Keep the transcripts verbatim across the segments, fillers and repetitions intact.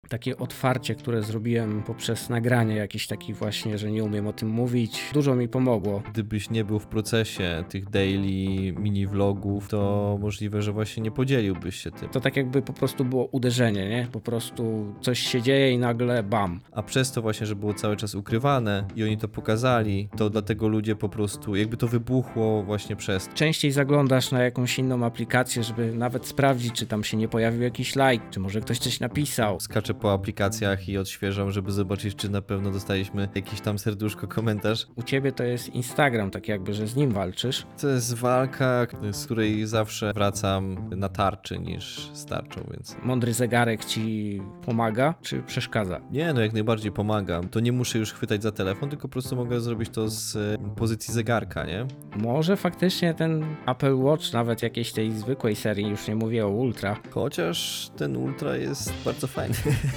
takie otwarcie, które zrobiłem poprzez nagranie jakiś taki właśnie, że nie umiem o tym mówić, dużo mi pomogło. Gdybyś nie był w procesie tych daily mini vlogów, to możliwe, że właśnie nie podzieliłbyś się tym. To tak jakby po prostu było uderzenie, nie? Po prostu coś się dzieje i nagle bam. A przez to właśnie, że było cały czas ukrywane i oni to pokazali, to dlatego ludzie po prostu, jakby to wybuchło właśnie przez to. Częściej zaglądasz na jakąś inną aplikację, żeby nawet sprawdzić, czy tam się nie pojawił jakiś like, czy może ktoś coś napisał. Skaczę po aplikacjach i odświeżam, żeby zobaczyć, czy na pewno dostaliśmy jakiś tam serduszko, komentarz. U ciebie to jest Instagram, tak jakby, że z nim walczysz. To jest walka, z której zawsze wracam na tarczy niż z tarczą, więc... Mądry zegarek ci pomaga, czy przeszkadza? Nie, no jak najbardziej pomagam. To nie muszę już chwytać za telefon, tylko po prostu mogę zrobić to z e, pozycji zegarka, nie? Może faktycznie ten Apple Watch, nawet jakiejś tej zwykłej serii, już nie mówię o Ultra. Chociaż ten Ultra jest bardzo fajny.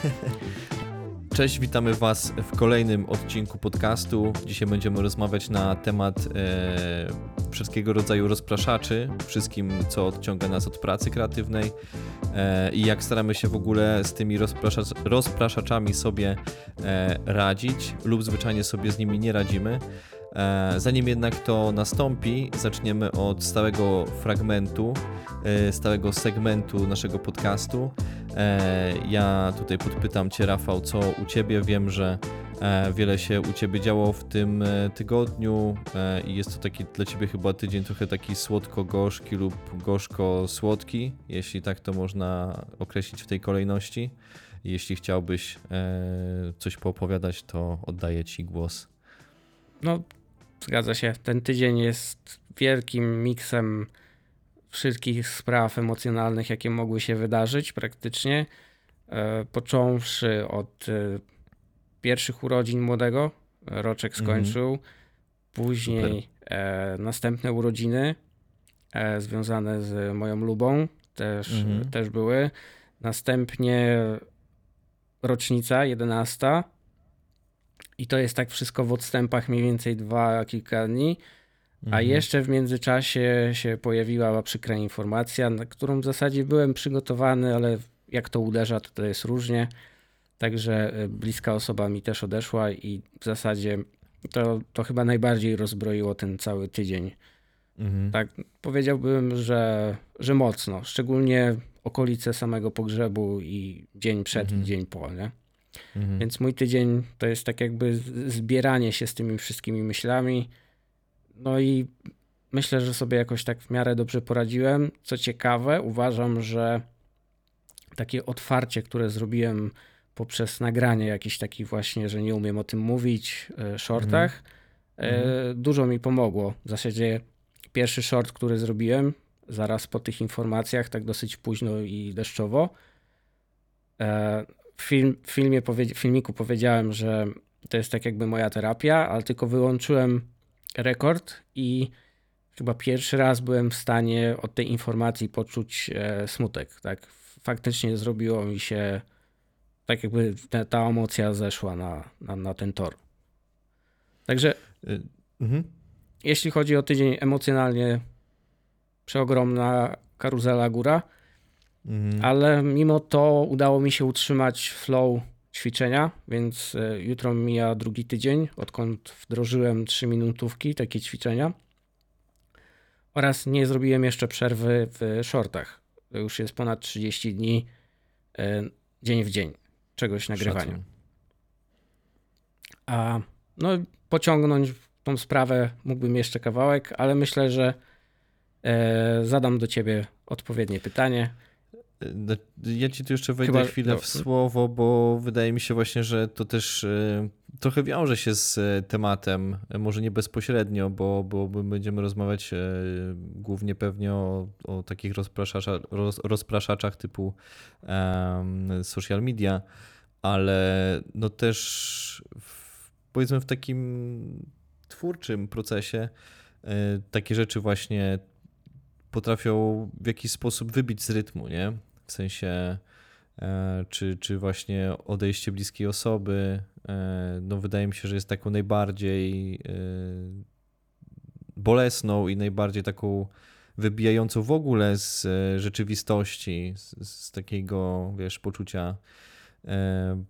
Cześć, witamy Was w kolejnym odcinku podcastu. Dzisiaj będziemy rozmawiać na temat e, wszystkiego rodzaju rozpraszaczy, wszystkim, co odciąga nas od pracy kreatywnej e, i jak staramy się w ogóle z tymi rozpraszacz, rozpraszaczami sobie e, radzić lub zwyczajnie sobie z nimi nie radzimy. Zanim jednak to nastąpi, zaczniemy od stałego fragmentu, stałego segmentu naszego podcastu. Ja tutaj podpytam Cię, Rafał, co u Ciebie? Wiem, że wiele się u Ciebie działo w tym tygodniu i jest to taki dla Ciebie chyba tydzień trochę taki słodko-gorzki lub gorzko-słodki, jeśli tak to można określić w tej kolejności. Jeśli chciałbyś coś poopowiadać, to oddaję Ci głos. No, zgadza się. Ten tydzień jest wielkim miksem wszystkich spraw emocjonalnych, jakie mogły się wydarzyć praktycznie. E, począwszy od e, pierwszych urodzin młodego, roczek skończył, mhm. Później e, następne urodziny e, związane z moją lubą też, mhm. też były. Następnie rocznica jedenasta. I to jest tak wszystko w odstępach mniej więcej dwa, kilka dni. Mhm. A jeszcze w międzyczasie się pojawiła przykra informacja, na którą w zasadzie byłem przygotowany, ale jak to uderza, to to jest różnie. Także bliska osoba mi też odeszła i w zasadzie to, to chyba najbardziej rozbroiło ten cały tydzień. Mhm. Tak powiedziałbym, że, że mocno. Szczególnie okolice samego pogrzebu i dzień przed mhm. i dzień po, nie? Mhm. Więc mój tydzień to jest tak jakby zbieranie się z tymi wszystkimi myślami. No i myślę, że sobie jakoś tak w miarę dobrze poradziłem. Co ciekawe, uważam, że takie otwarcie, które zrobiłem poprzez nagranie jakiś taki właśnie, że nie umiem o tym mówić, shortach, mhm. dużo mi pomogło. W zasadzie pierwszy short, który zrobiłem zaraz po tych informacjach, tak dosyć późno i deszczowo, W, film, w filmie powie, filmiku powiedziałem, że to jest tak jakby moja terapia, ale tylko wyłączyłem rekord i chyba pierwszy raz byłem w stanie od tej informacji poczuć e, smutek. Tak? Faktycznie zrobiło mi się, tak jakby ta, ta emocja zeszła na, na, na ten tor. Także mhm. jeśli chodzi o tydzień emocjonalnie, przeogromna karuzela góra. Mhm. Ale mimo to udało mi się utrzymać flow ćwiczenia, więc jutro mija drugi tydzień, odkąd wdrożyłem trzy minutówki, takie ćwiczenia. Oraz nie zrobiłem jeszcze przerwy w shortach. To już jest ponad trzydzieści dni, dzień w dzień, czegoś nagrywania. Szacun. A no pociągnąć tą sprawę mógłbym jeszcze kawałek, ale myślę, że zadam do ciebie odpowiednie pytanie. Ja ci tu jeszcze wejdę Chyba, chwilę no. w słowo, bo wydaje mi się właśnie, że to też y, trochę wiąże się z y, tematem, może nie bezpośrednio, bo, bo będziemy rozmawiać y, głównie pewnie o, o takich rozpraszacza, roz, rozpraszaczach typu y, social media, ale no też w, powiedzmy w takim twórczym procesie y, takie rzeczy właśnie potrafią w jakiś sposób wybić z rytmu, nie? W sensie, e, czy, czy właśnie odejście bliskiej osoby, e, no wydaje mi się, że jest taką najbardziej e, bolesną i najbardziej taką wybijającą w ogóle z e, rzeczywistości, z, z takiego, wiesz, poczucia E,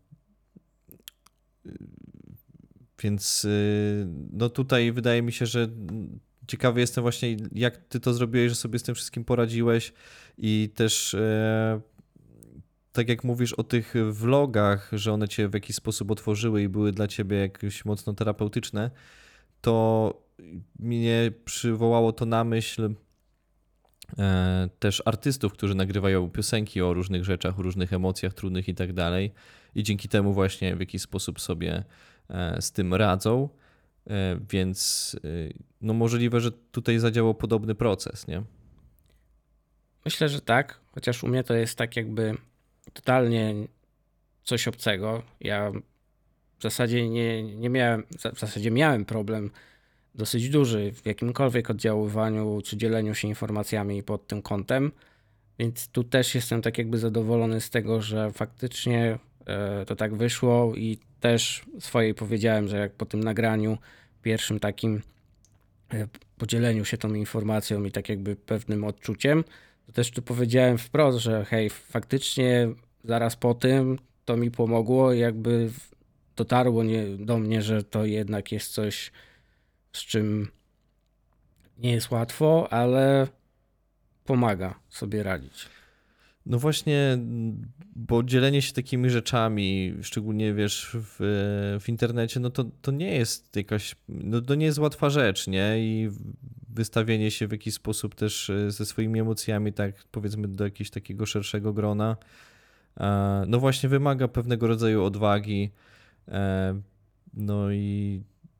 Więc no tutaj wydaje mi się, że ciekawy jestem właśnie, jak ty to zrobiłeś, że sobie z tym wszystkim poradziłeś i też e, tak jak mówisz o tych vlogach, że one cię w jakiś sposób otworzyły i były dla ciebie jakieś mocno terapeutyczne, to mnie przywołało to na myśl e, też artystów, którzy nagrywają piosenki o różnych rzeczach, o różnych emocjach trudnych i tak dalej i dzięki temu właśnie w jakiś sposób sobie z tym radzą, więc no możliwe, że tutaj zadziałał podobny proces, nie? Myślę, że tak, chociaż u mnie to jest tak jakby totalnie coś obcego. Ja w zasadzie nie, nie miałem, w zasadzie miałem problem dosyć duży w jakimkolwiek oddziaływaniu czy dzieleniu się informacjami pod tym kątem, więc tu też jestem tak jakby zadowolony z tego, że faktycznie to tak wyszło i też swojej powiedziałem, że jak po tym nagraniu pierwszym takim podzieleniu się tą informacją i tak jakby pewnym odczuciem, to też tu powiedziałem wprost, że hej, faktycznie zaraz po tym to mi pomogło i jakby dotarło nie, do mnie, że to jednak jest coś, z czym nie jest łatwo, ale pomaga sobie radzić. No właśnie, bo dzielenie się takimi rzeczami, szczególnie wiesz w, w internecie, no to, to nie jest jakaś, no to nie jest łatwa rzecz, nie? I wystawienie się w jakiś sposób też ze swoimi emocjami, tak powiedzmy do jakiegoś takiego szerszego grona, no właśnie wymaga pewnego rodzaju odwagi, no i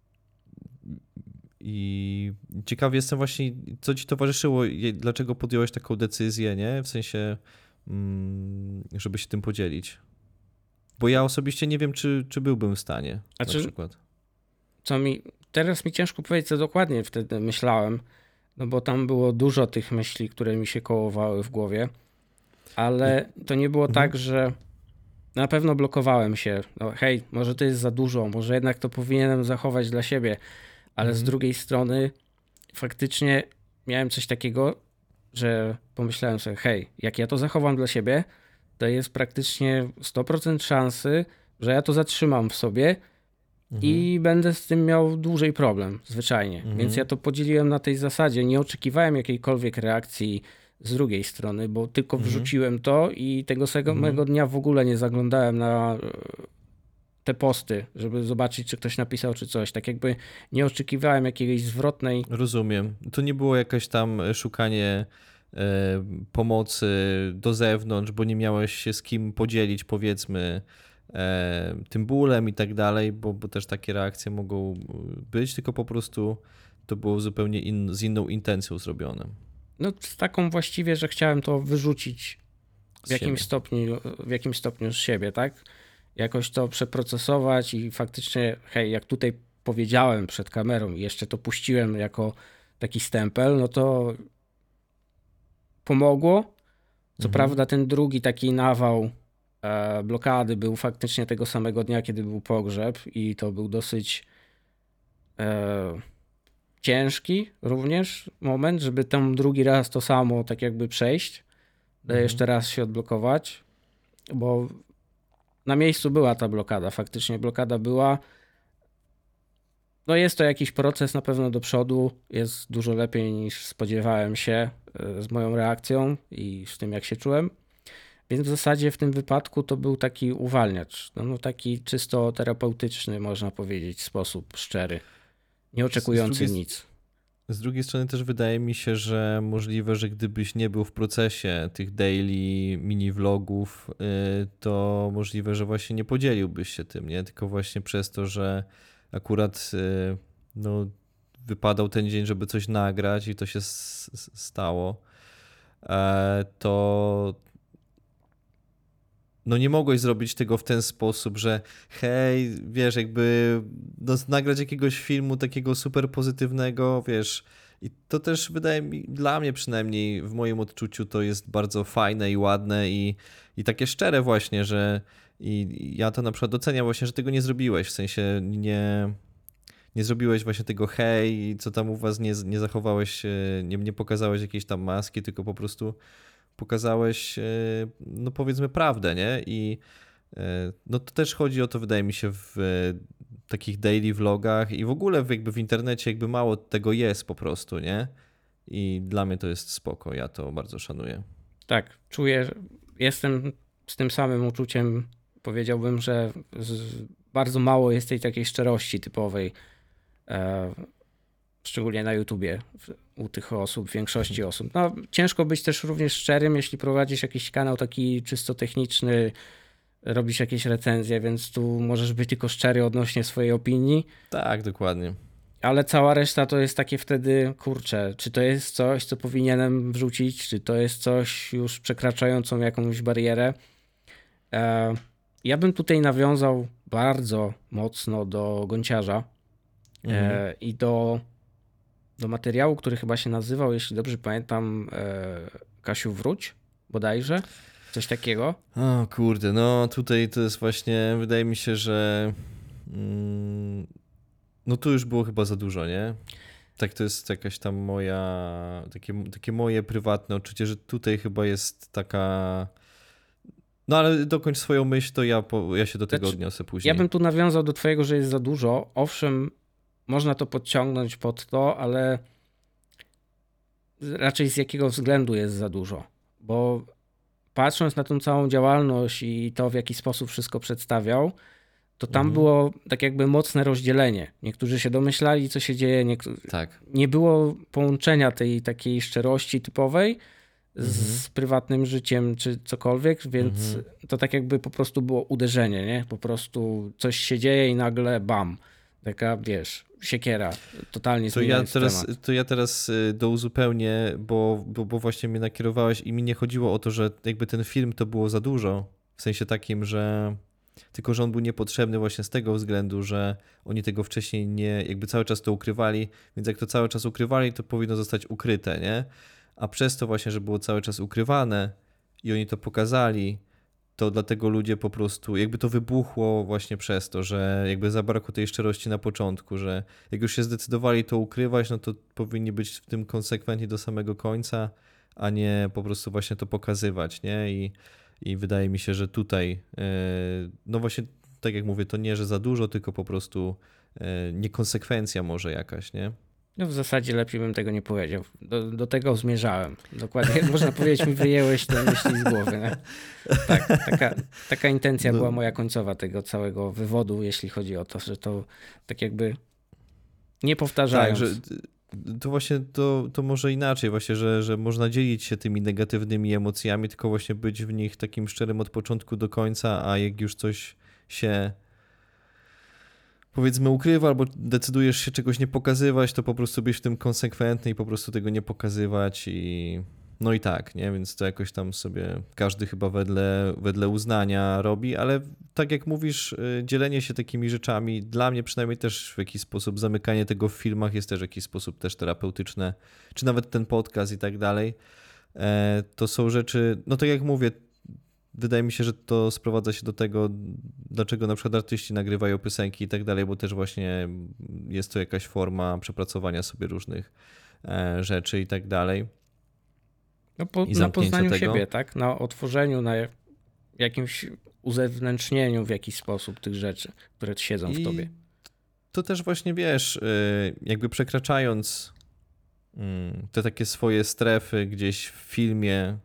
I ciekawy jestem właśnie, co ci towarzyszyło, dlaczego podjąłeś taką decyzję, nie? W sensie, żeby się tym podzielić. Bo ja osobiście nie wiem, czy, czy byłbym w stanie, A na czy, przykład. Co mi, teraz mi ciężko powiedzieć, co dokładnie wtedy myślałem, no bo tam było dużo tych myśli, które mi się kołowały w głowie, ale to nie było Mhm. tak, że na pewno blokowałem się. No hej, może to jest za dużo, może jednak to powinienem zachować dla siebie, ale Mhm. z drugiej strony faktycznie miałem coś takiego, że pomyślałem sobie, hej, jak ja to zachowam dla siebie, to jest praktycznie sto procent szansy, że ja to zatrzymam w sobie i będę z tym miał dłużej problem, zwyczajnie. Mhm. Więc ja to podzieliłem na tej zasadzie. Nie oczekiwałem jakiejkolwiek reakcji z drugiej strony, bo tylko Mhm. wrzuciłem to i tego samego Mhm. dnia w ogóle nie zaglądałem na te posty, żeby zobaczyć, czy ktoś napisał, czy coś. Tak jakby nie oczekiwałem jakiejś zwrotnej... Rozumiem. To nie było jakieś tam szukanie e, pomocy do zewnątrz, bo nie miałeś się z kim podzielić, powiedzmy, e, tym bólem i tak dalej, bo, bo też takie reakcje mogą być, tylko po prostu to było zupełnie in, z inną intencją zrobione. No z taką właściwie, że chciałem to wyrzucić w Z jakimś siebie. stopniu, w jakimś stopniu z siebie, tak? Jakoś to przeprocesować i faktycznie, hej, jak tutaj powiedziałem przed kamerą i jeszcze to puściłem jako taki stempel, no to pomogło. Co Mhm. prawda ten drugi taki nawał e, blokady był faktycznie tego samego dnia, kiedy był pogrzeb i to był dosyć e, ciężki również moment, żeby tam drugi raz to samo tak jakby przejść, Mhm. jeszcze raz się odblokować, bo na miejscu była ta blokada, faktycznie blokada była. No jest to jakiś proces na pewno do przodu, jest dużo lepiej niż spodziewałem się z moją reakcją i z tym jak się czułem. Więc w zasadzie w tym wypadku to był taki uwalniacz, no, no taki czysto terapeutyczny można powiedzieć sposób szczery, nie oczekujący Z drugiej, nic. Z drugiej strony też wydaje mi się, że możliwe, że gdybyś nie był w procesie tych daily mini vlogów, to możliwe, że właśnie nie podzieliłbyś się tym, nie? Tylko właśnie przez to, że akurat no, wypadał ten dzień, żeby coś nagrać i to się stało, to no nie mogłeś zrobić tego w ten sposób, że hej, wiesz, jakby no, nagrać jakiegoś filmu takiego super pozytywnego, wiesz, i to też wydaje mi, dla mnie przynajmniej w moim odczuciu to jest bardzo fajne i ładne i, i takie szczere właśnie, że i ja to na przykład doceniam właśnie, że tego nie zrobiłeś, w sensie nie, nie zrobiłeś właśnie tego hej, co tam u was nie, nie zachowałeś, nie, nie pokazałeś jakiejś tam maski, tylko po prostu pokazałeś, no powiedzmy, prawdę, nie? I no to też chodzi o to, wydaje mi się, w takich daily vlogach i w ogóle w, jakby w internecie jakby mało tego jest po prostu, nie? I dla mnie to jest spoko, ja to bardzo szanuję. Tak, czuję, że jestem z tym samym uczuciem, powiedziałbym, że z, bardzo mało jest tej takiej szczerości typowej, e, szczególnie na YouTubie u tych osób, większości osób. No, ciężko być też również szczerym, jeśli prowadzisz jakiś kanał taki czysto techniczny, robisz jakieś recenzje, więc tu możesz być tylko szczery odnośnie swojej opinii. Tak, dokładnie. Ale cała reszta to jest takie wtedy, kurczę, czy to jest coś, co powinienem wrzucić, czy to jest coś już przekraczającą jakąś barierę. E, ja bym tutaj nawiązał bardzo mocno do Gonciarza Mhm. e, i do, do materiału, który chyba się nazywał, jeśli dobrze pamiętam, e, Kasiu wróć, bodajże, coś takiego. O kurde, no tutaj to jest właśnie, wydaje mi się, że mm, no tu już było chyba za dużo, nie? Tak, to jest jakaś tam moja, takie, takie moje prywatne odczucie, że tutaj chyba jest taka... No ale dokończ swoją myśl, to ja, po, ja się do tego Znaczy, odniosę później. Ja bym tu nawiązał do twojego, że jest za dużo. Owszem, można to podciągnąć pod to, ale raczej z jakiego względu jest za dużo. Bo patrząc na tą całą działalność i to, w jaki sposób wszystko przedstawiał, to tam Mhm. było tak jakby mocne rozdzielenie. Niektórzy się domyślali, co się dzieje, niektórzy... Tak. nie było połączenia tej takiej szczerości typowej z Mhm. prywatnym życiem czy cokolwiek, więc Mhm. to tak jakby po prostu było uderzenie, nie? Po prostu coś się dzieje i nagle bam. Taka, wiesz, siekiera, totalnie To ja zmieniając teraz, temat. to ja teraz y, douzupełnię, bo, bo, bo właśnie mnie nakierowałeś i mi nie chodziło o to, że jakby ten film to było za dużo. W sensie takim, że tylko, że on był niepotrzebny właśnie z tego względu, że oni tego wcześniej nie, jakby cały czas to ukrywali, więc jak to cały czas ukrywali, to powinno zostać ukryte, nie? A przez to właśnie, że było cały czas ukrywane i oni to pokazali, to dlatego ludzie po prostu, jakby to wybuchło właśnie przez to, że jakby zabrakło tej szczerości na początku, że jak już się zdecydowali to ukrywać, no to powinni być w tym konsekwentni do samego końca, a nie po prostu właśnie to pokazywać, nie? I, i wydaje mi się, że tutaj, yy, no właśnie tak jak mówię, to nie, że za dużo, tylko po prostu yy, niekonsekwencja może jakaś, nie? No w zasadzie lepiej bym tego nie powiedział. Do, do tego zmierzałem. Dokładnie, jak można powiedzieć, mi wyjęłeś te myśli z głowy. Nie? Tak, taka, taka intencja No. była moja końcowa tego całego wywodu, jeśli chodzi o to, że to tak jakby nie powtarzając. Tak, że to właśnie to, to może inaczej, właśnie, że, że można dzielić się tymi negatywnymi emocjami, tylko właśnie być w nich takim szczerym od początku do końca, a jak już coś się powiedzmy ukrywa albo decydujesz się czegoś nie pokazywać, to po prostu być w tym konsekwentny i po prostu tego nie pokazywać i no i tak, nie? Więc to jakoś tam sobie każdy chyba wedle, wedle uznania robi, ale tak jak mówisz, dzielenie się takimi rzeczami, dla mnie przynajmniej też w jakiś sposób zamykanie tego w filmach jest też w jakiś sposób też terapeutyczne, czy nawet ten podcast i tak dalej. To są rzeczy, no tak jak mówię, wydaje mi się, że to sprowadza się do tego, dlaczego na przykład artyści nagrywają piosenki i tak dalej, bo też właśnie jest to jakaś forma przepracowania sobie różnych rzeczy i tak dalej. No po, I na poznaniu tego. siebie, tak? Na otworzeniu, na jakimś uzewnętrznieniu w jakiś sposób tych rzeczy, które siedzą I w tobie. To też właśnie wiesz, jakby przekraczając te takie swoje strefy gdzieś w filmie,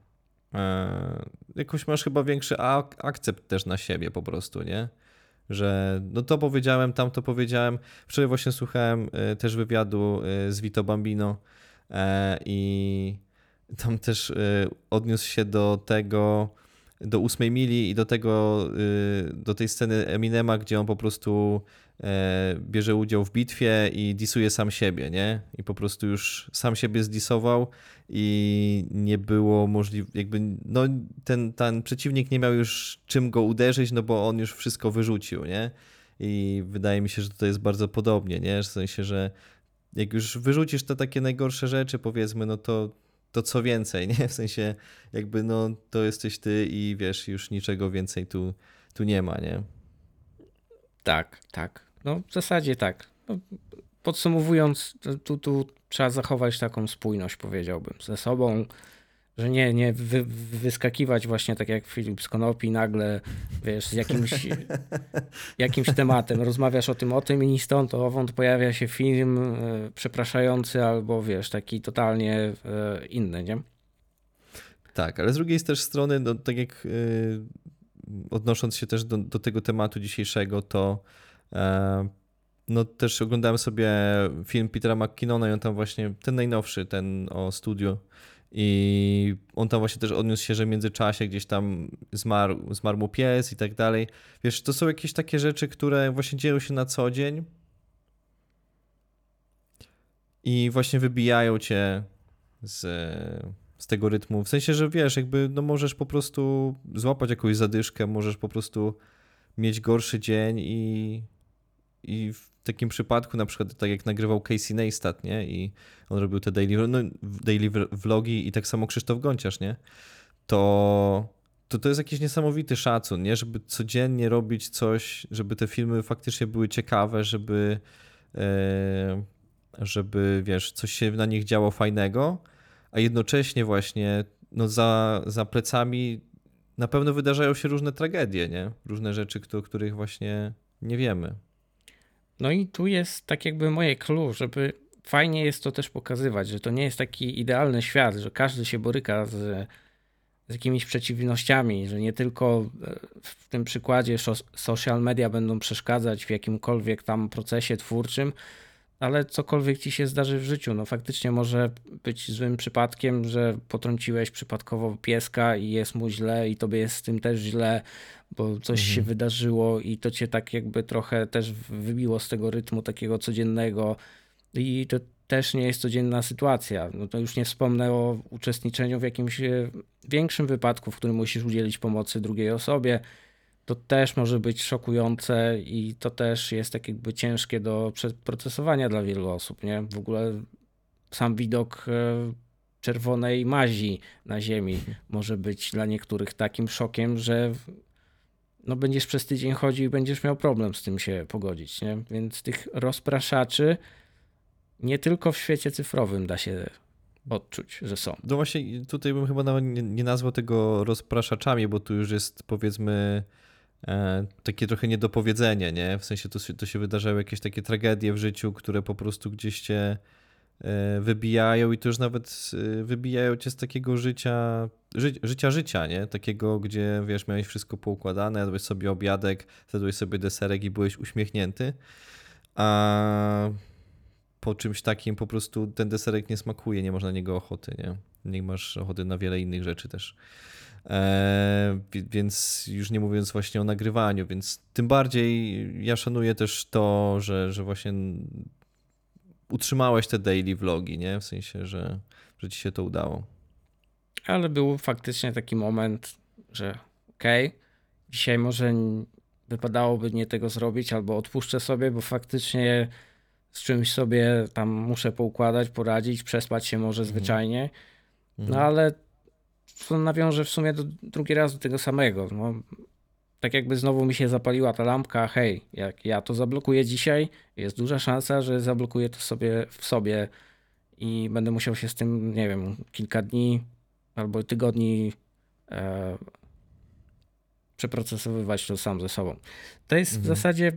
jakoś masz chyba większy ak- akcept też na siebie po prostu, nie? Że no to powiedziałem, tamto powiedziałem. Wczoraj właśnie słuchałem też wywiadu z Vito Bambino i tam też odniósł się do tego, do ósmej mili i do tego, do tej sceny Eminema, gdzie on po prostu bierze udział w bitwie i disuje sam siebie, nie? I po prostu już sam siebie zdisował i nie było możliwe, jakby no ten, ten przeciwnik nie miał już czym go uderzyć, no bo on już wszystko wyrzucił, nie? I wydaje mi się, że to jest bardzo podobnie, nie? W sensie, że jak już wyrzucisz te takie najgorsze rzeczy, powiedzmy, no to to co więcej, nie? W sensie jakby no to jesteś ty i wiesz, już niczego więcej tu, tu nie ma, nie? Tak, tak. No w zasadzie tak. No, podsumowując, tu, tu trzeba zachować taką spójność, powiedziałbym, ze sobą, Że nie, nie wy, wyskakiwać właśnie tak jak Filip z Konopi nagle, wiesz, z jakimś, jakimś tematem. Rozmawiasz o tym, o tym i ni stąd, owąd pojawia się film e, przepraszający albo wiesz, taki totalnie e, inny, nie? Tak, ale z drugiej też strony, no, tak jak yy, odnosząc się też do, do tego tematu dzisiejszego, to e, no też oglądałem sobie film Petera McKinnona i on tam właśnie, ten najnowszy, ten o studiu, i on tam właśnie też odniósł się, że w międzyczasie gdzieś tam zmarł, zmarł mu pies i tak dalej. Wiesz, to są jakieś takie rzeczy, które właśnie dzieją się na co dzień i właśnie wybijają cię z, z tego rytmu. W sensie, że wiesz, jakby no możesz po prostu złapać jakąś zadyszkę, możesz po prostu mieć gorszy dzień i, i w takim przypadku na przykład tak jak nagrywał Casey Neistat, nie? I on robił te daily, no, daily vlogi i tak samo Krzysztof Gonciarz, nie? To, to to jest jakiś niesamowity szacun, nie? Żeby codziennie robić coś, żeby te filmy faktycznie były ciekawe, żeby e, żeby, wiesz, coś się na nich działo fajnego, a jednocześnie właśnie no za, za plecami na pewno wydarzają się różne tragedie, nie? Różne rzeczy, o których właśnie nie wiemy. No i tu jest tak jakby moje clue, żeby fajnie jest to też pokazywać, że to nie jest taki idealny świat, że każdy się boryka z, z jakimiś przeciwnościami, że nie tylko w tym przykładzie social media będą przeszkadzać w jakimkolwiek tam procesie twórczym, ale cokolwiek ci się zdarzy w życiu, no faktycznie może być złym przypadkiem, że potrąciłeś przypadkowo pieska i jest mu źle i tobie jest z tym też źle, bo coś Mhm. się wydarzyło i to cię tak jakby trochę też wybiło z tego rytmu takiego codziennego i to też nie jest codzienna sytuacja. No to już nie wspomnę o uczestniczeniu w jakimś większym wypadku, w którym musisz udzielić pomocy drugiej osobie. To też może być szokujące i to też jest tak jakby ciężkie do przeprocesowania dla wielu osób, nie? W ogóle sam widok czerwonej mazi na ziemi może być dla niektórych takim szokiem, że no będziesz przez tydzień chodził i będziesz miał problem z tym się pogodzić, nie? Więc tych rozpraszaczy nie tylko w świecie cyfrowym da się odczuć, że są. No właśnie tutaj bym chyba nawet nie, nie nazwał tego rozpraszaczami, bo tu już jest powiedzmy e, takie trochę niedopowiedzenie, nie? W sensie to, to się wydarzały jakieś takie tragedie w życiu, które po prostu gdzieś cię e, wybijają i to już nawet e, wybijają cię z takiego życia, ży, życia życia, nie? Takiego, gdzie wiesz, miałeś wszystko poukładane, jadłeś sobie obiadek, zjadłeś sobie deserek i byłeś uśmiechnięty, a po czymś takim po prostu ten deserek nie smakuje, nie masz na niego ochoty, nie? Nie masz ochoty na wiele innych rzeczy też. Eee, więc już nie mówiąc właśnie o nagrywaniu, więc tym bardziej ja szanuję też to, że, że właśnie utrzymałeś te daily vlogi, nie? W sensie, że, że ci się to udało. Ale był faktycznie taki moment, że okej, okay, dzisiaj może wypadałoby nie tego zrobić, albo odpuszczę sobie, bo faktycznie z czymś sobie tam muszę poukładać, poradzić, przespać się może Mhm. zwyczajnie, Mhm. no ale to nawiążę w sumie do, drugi raz do tego samego. No, tak jakby znowu mi się zapaliła ta lampka, hej, jak ja to zablokuję dzisiaj, jest duża szansa, że zablokuję to sobie w sobie i będę musiał się z tym, nie wiem, kilka dni albo tygodni e, przeprocesowywać to sam ze sobą. To jest Mhm. w zasadzie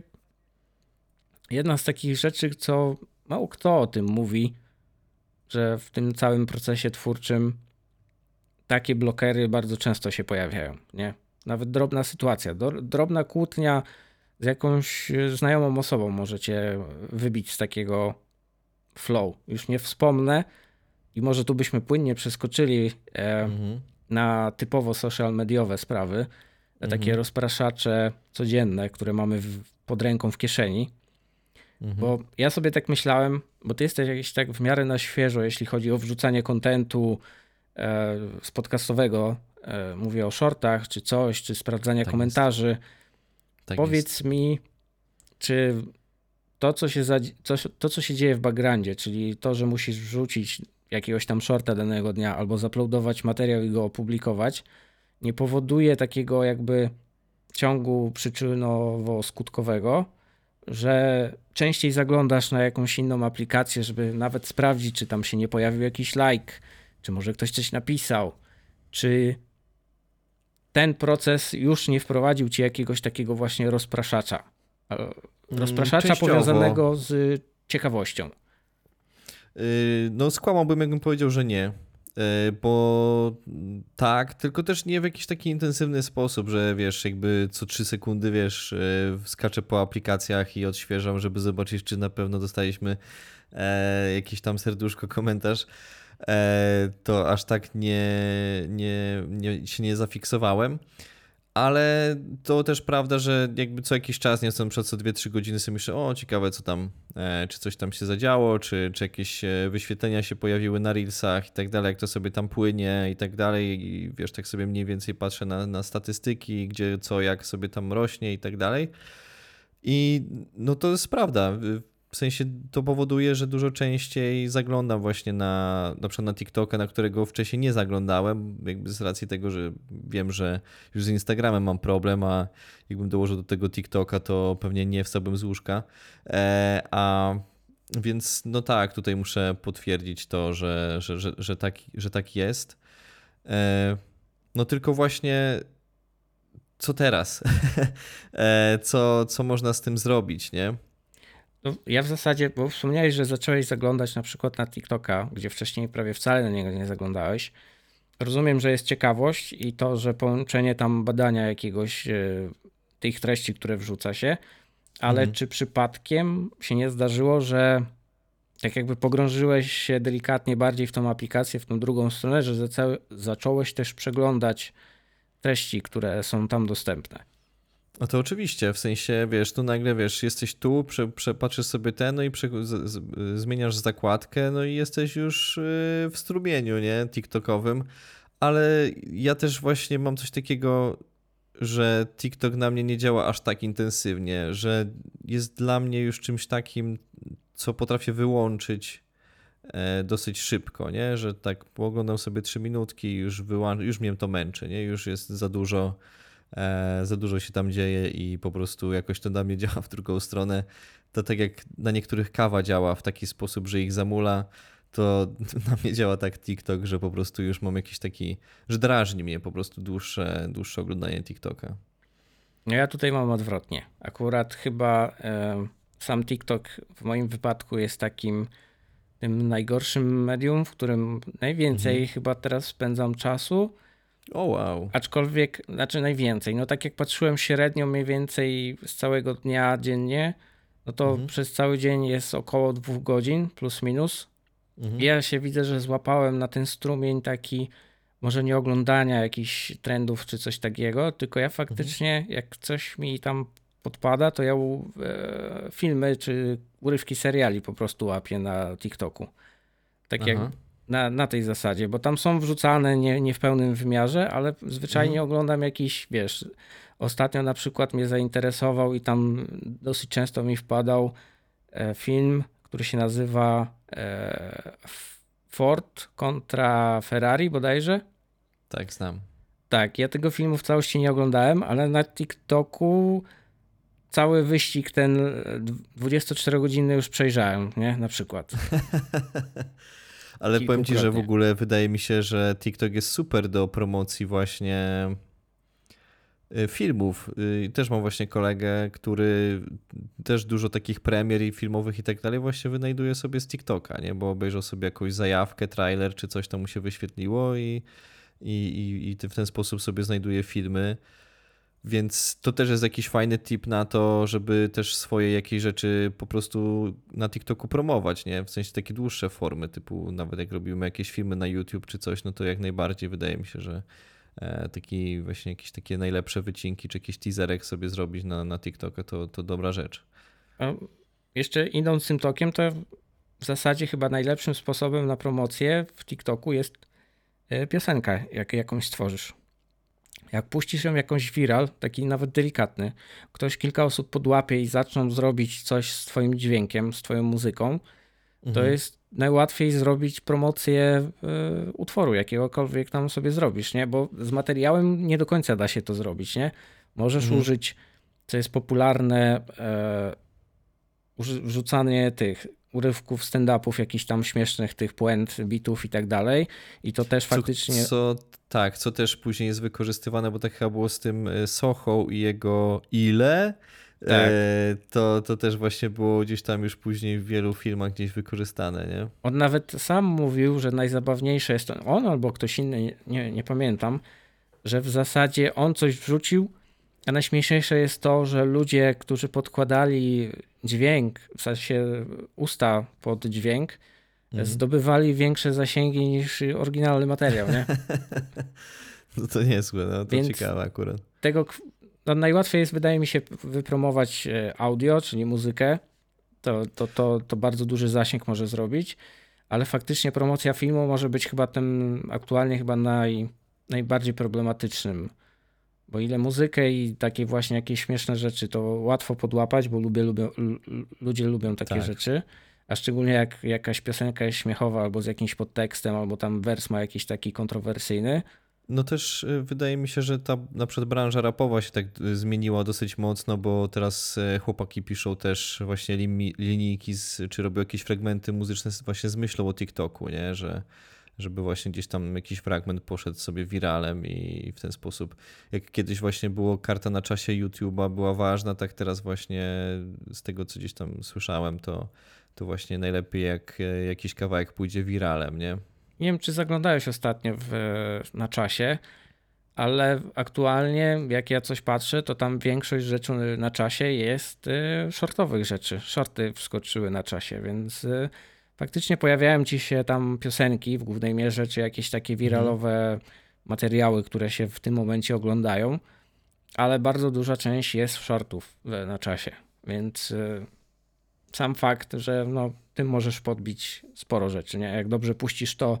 jedna z takich rzeczy, co mało kto o tym mówi, że w tym całym procesie twórczym takie blokery bardzo często się pojawiają, nie? Nawet drobna sytuacja, drobna kłótnia z jakąś znajomą osobą możecie wybić z takiego flow. Już nie wspomnę i może tu byśmy płynnie przeskoczyli e, Mhm. na typowo social mediowe sprawy, Mhm. takie rozpraszacze codzienne, które mamy w, pod ręką w kieszeni. Mhm. Bo ja sobie tak myślałem, bo ty jesteś jakiś tak w miarę na świeżo, jeśli chodzi o wrzucanie kontentu e, z podcastowego, e, mówię o shortach czy coś, czy sprawdzania Tak komentarzy. Tak Powiedz jest. mi, czy to co, się za, co, to, co się dzieje w backgroundzie, czyli to, że musisz wrzucić jakiegoś tam shorta danego dnia albo zaploadować materiał i go opublikować, nie powoduje takiego jakby ciągu przyczynowo-skutkowego, że częściej zaglądasz na jakąś inną aplikację, żeby nawet sprawdzić, czy tam się nie pojawił jakiś like, czy może ktoś coś napisał. czy ten proces już nie wprowadził ci jakiegoś takiego właśnie rozpraszacza? Rozpraszacza Częściowo. powiązanego z ciekawością. Yy, no skłamałbym, jakbym powiedział, że nie. Yy, bo tak, tylko też nie w jakiś taki intensywny sposób, że wiesz, jakby co trzy sekundy, wiesz, yy, skaczę po aplikacjach i odświeżam, żeby zobaczyć, czy na pewno dostaliśmy e, jakieś tam serduszko, komentarz. E, to aż tak nie, nie, nie, się nie zafiksowałem. Ale to też prawda, że jakby co jakiś czas, nie wiem, przed co dwie trzy godziny sobie myślę, o ciekawe co tam, e, czy coś tam się zadziało, czy, czy jakieś e, wyświetlenia się pojawiły na Reelsach i tak dalej, jak to sobie tam płynie i tak dalej i wiesz, tak sobie mniej więcej patrzę na, na statystyki, gdzie co, jak sobie tam rośnie i tak dalej. I no to jest prawda. W sensie to powoduje, że dużo częściej zaglądam właśnie na, na przykład na TikToka, na którego wcześniej nie zaglądałem, jakby z racji tego, że wiem, że już z Instagramem mam problem, a jakbym dołożył do tego TikToka, to pewnie nie wstałbym z łóżka. E, a więc no tak, tutaj muszę potwierdzić to, że, że, że, że, tak, że tak jest. E, no tylko właśnie co teraz? e, co, co można z tym zrobić, nie? No, ja w zasadzie, bo wspomniałeś, że zacząłeś zaglądać na przykład na TikToka, gdzie wcześniej prawie wcale na niego nie zaglądałeś. Rozumiem, że jest ciekawość i to, że połączenie tam badania jakiegoś e, tych treści, które wrzuca się, ale Mhm. czy przypadkiem się nie zdarzyło, że tak jakby pogrążyłeś się delikatnie bardziej w tą aplikację, w tą drugą stronę, że zaca- zacząłeś też przeglądać treści, które są tam dostępne? No to oczywiście, w sensie, wiesz, tu nagle, wiesz, jesteś tu, prze, prze, patrzysz sobie ten, no i prze, z, z, zmieniasz zakładkę, no i jesteś już yy, w strumieniu, nie, TikTokowym, ale ja też właśnie mam coś takiego, że TikTok na mnie nie działa aż tak intensywnie, że jest dla mnie już czymś takim, co potrafię wyłączyć e, dosyć szybko, nie, że tak oglądam sobie trzy minutki i już, wyłą- już mnie to męczy, nie, już jest za dużo E, za dużo się tam dzieje i po prostu jakoś to na mnie działa w drugą stronę. To tak jak na niektórych kawa działa w taki sposób, że ich zamula, to na mnie działa tak TikTok, że po prostu już mam jakiś taki, że drażni mnie po prostu dłuższe, dłuższe oglądanie TikToka. No ja tutaj mam odwrotnie. Akurat chyba e, sam TikTok w moim wypadku jest takim tym najgorszym medium, w którym najwięcej Mhm. chyba teraz spędzam czasu. O wow. Aczkolwiek, znaczy najwięcej, no tak jak patrzyłem średnio mniej więcej z całego dnia dziennie, no to Mhm. przez cały dzień jest około dwóch godzin plus minus. Mhm. I ja się widzę, że złapałem na ten strumień taki, może nie oglądania jakichś trendów czy coś takiego, tylko ja faktycznie Mhm. jak coś mi tam podpada, to ja e, filmy czy urywki seriali po prostu łapię na TikToku. Tak jak Aha. na, na tej zasadzie, bo tam są wrzucane nie, nie w pełnym wymiarze, ale zwyczajnie Mhm. oglądam jakiś, wiesz, ostatnio na przykład mnie zainteresował i tam dosyć często mi wpadał e, film, który się nazywa e, Ford kontra Ferrari bodajże. Tak, znam. Tak, ja tego filmu w całości nie oglądałem, ale na TikToku cały wyścig ten dwudziestoczterogodzinny już przejrzałem, nie? Na przykład. Ale powiem ci, że w Kilkukrotnie. ogóle wydaje mi się, że TikTok jest super do promocji właśnie y, filmów. Y, Też mam właśnie kolegę, który też dużo takich premier i filmowych i tak dalej właśnie wynajduje sobie z TikToka, nie? Bo obejrzał sobie jakąś zajawkę, trailer czy coś tam mu się wyświetliło i, i, i, i w ten sposób sobie znajduje filmy. Więc to też jest jakiś fajny tip na to, żeby też swoje jakieś rzeczy po prostu na TikToku promować, nie? W sensie takie dłuższe formy, typu nawet jak robimy jakieś filmy na YouTube czy coś, no to jak najbardziej wydaje mi się, że e, taki właśnie jakieś takie najlepsze wycinki czy jakiś teaserek sobie zrobić na, na TikToka to, to dobra rzecz. A jeszcze idąc tym tokiem, to w zasadzie chyba najlepszym sposobem na promocję w TikToku jest e, piosenka, jak jakąś stworzysz. Jak puścisz ją jakąś viral, taki nawet delikatny, ktoś kilka osób podłapie i zaczną zrobić coś z twoim dźwiękiem, z twoją muzyką, to Mhm. jest najłatwiej zrobić promocję y, utworu, jakiegokolwiek tam sobie zrobisz, nie? Bo z materiałem nie do końca da się to zrobić, nie? Możesz Mhm. użyć, co jest popularne, e, uży- wrzucanie tych urywków stand-upów, jakichś tam śmiesznych tych puent, bitów i tak dalej. I to też faktycznie... Co, co, tak, co też później jest wykorzystywane, bo tak chyba było z tym Soho i jego Ile, Tak. e, to, to też właśnie było gdzieś tam już później w wielu filmach gdzieś wykorzystane, nie? On nawet sam mówił, że najzabawniejsze jest to, on albo ktoś inny, nie, nie pamiętam, że w zasadzie on coś wrzucił, a najśmieszniejsze jest to, że ludzie, którzy podkładali dźwięk, w sensie usta pod dźwięk, mhm. zdobywali większe zasięgi niż oryginalny materiał, nie? No to niezłe, no to Więc ciekawe akurat. Tego no najłatwiej jest, wydaje mi się, wypromować audio, czyli muzykę. To, to, to, to bardzo duży zasięg może zrobić, ale faktycznie promocja filmu może być chyba tym aktualnie chyba naj, najbardziej problematycznym. Bo ile muzykę i takie właśnie jakieś śmieszne rzeczy to łatwo podłapać, bo lubię, lubią, ludzie lubią takie tak. rzeczy, a szczególnie jak jakaś piosenka jest śmiechowa albo z jakimś podtekstem, albo tam wers ma jakiś taki kontrowersyjny. No też wydaje mi się, że ta na przykład branża rapowa się tak zmieniła dosyć mocno, bo teraz chłopaki piszą też właśnie linijki, z, czy robią jakieś fragmenty muzyczne właśnie z myślą o TikToku, nie? Że żeby właśnie gdzieś tam jakiś fragment poszedł sobie wiralem i w ten sposób, jak kiedyś właśnie było karta na czasie YouTube'a była ważna, tak teraz właśnie z tego, co gdzieś tam słyszałem, to, to właśnie najlepiej jak jakiś kawałek pójdzie wiralem, nie? Nie wiem, czy zaglądałeś ostatnio w, na czasie, ale aktualnie jak ja coś patrzę, to tam większość rzeczy na czasie jest shortowych rzeczy. Shorty wskoczyły na czasie, więc faktycznie pojawiają ci się tam piosenki w głównej mierze, czy jakieś takie wiralowe mhm. materiały, które się w tym momencie oglądają, ale bardzo duża część jest shortów na czasie, więc sam fakt, że no, tym możesz podbić sporo rzeczy, nie? Jak dobrze puścisz to,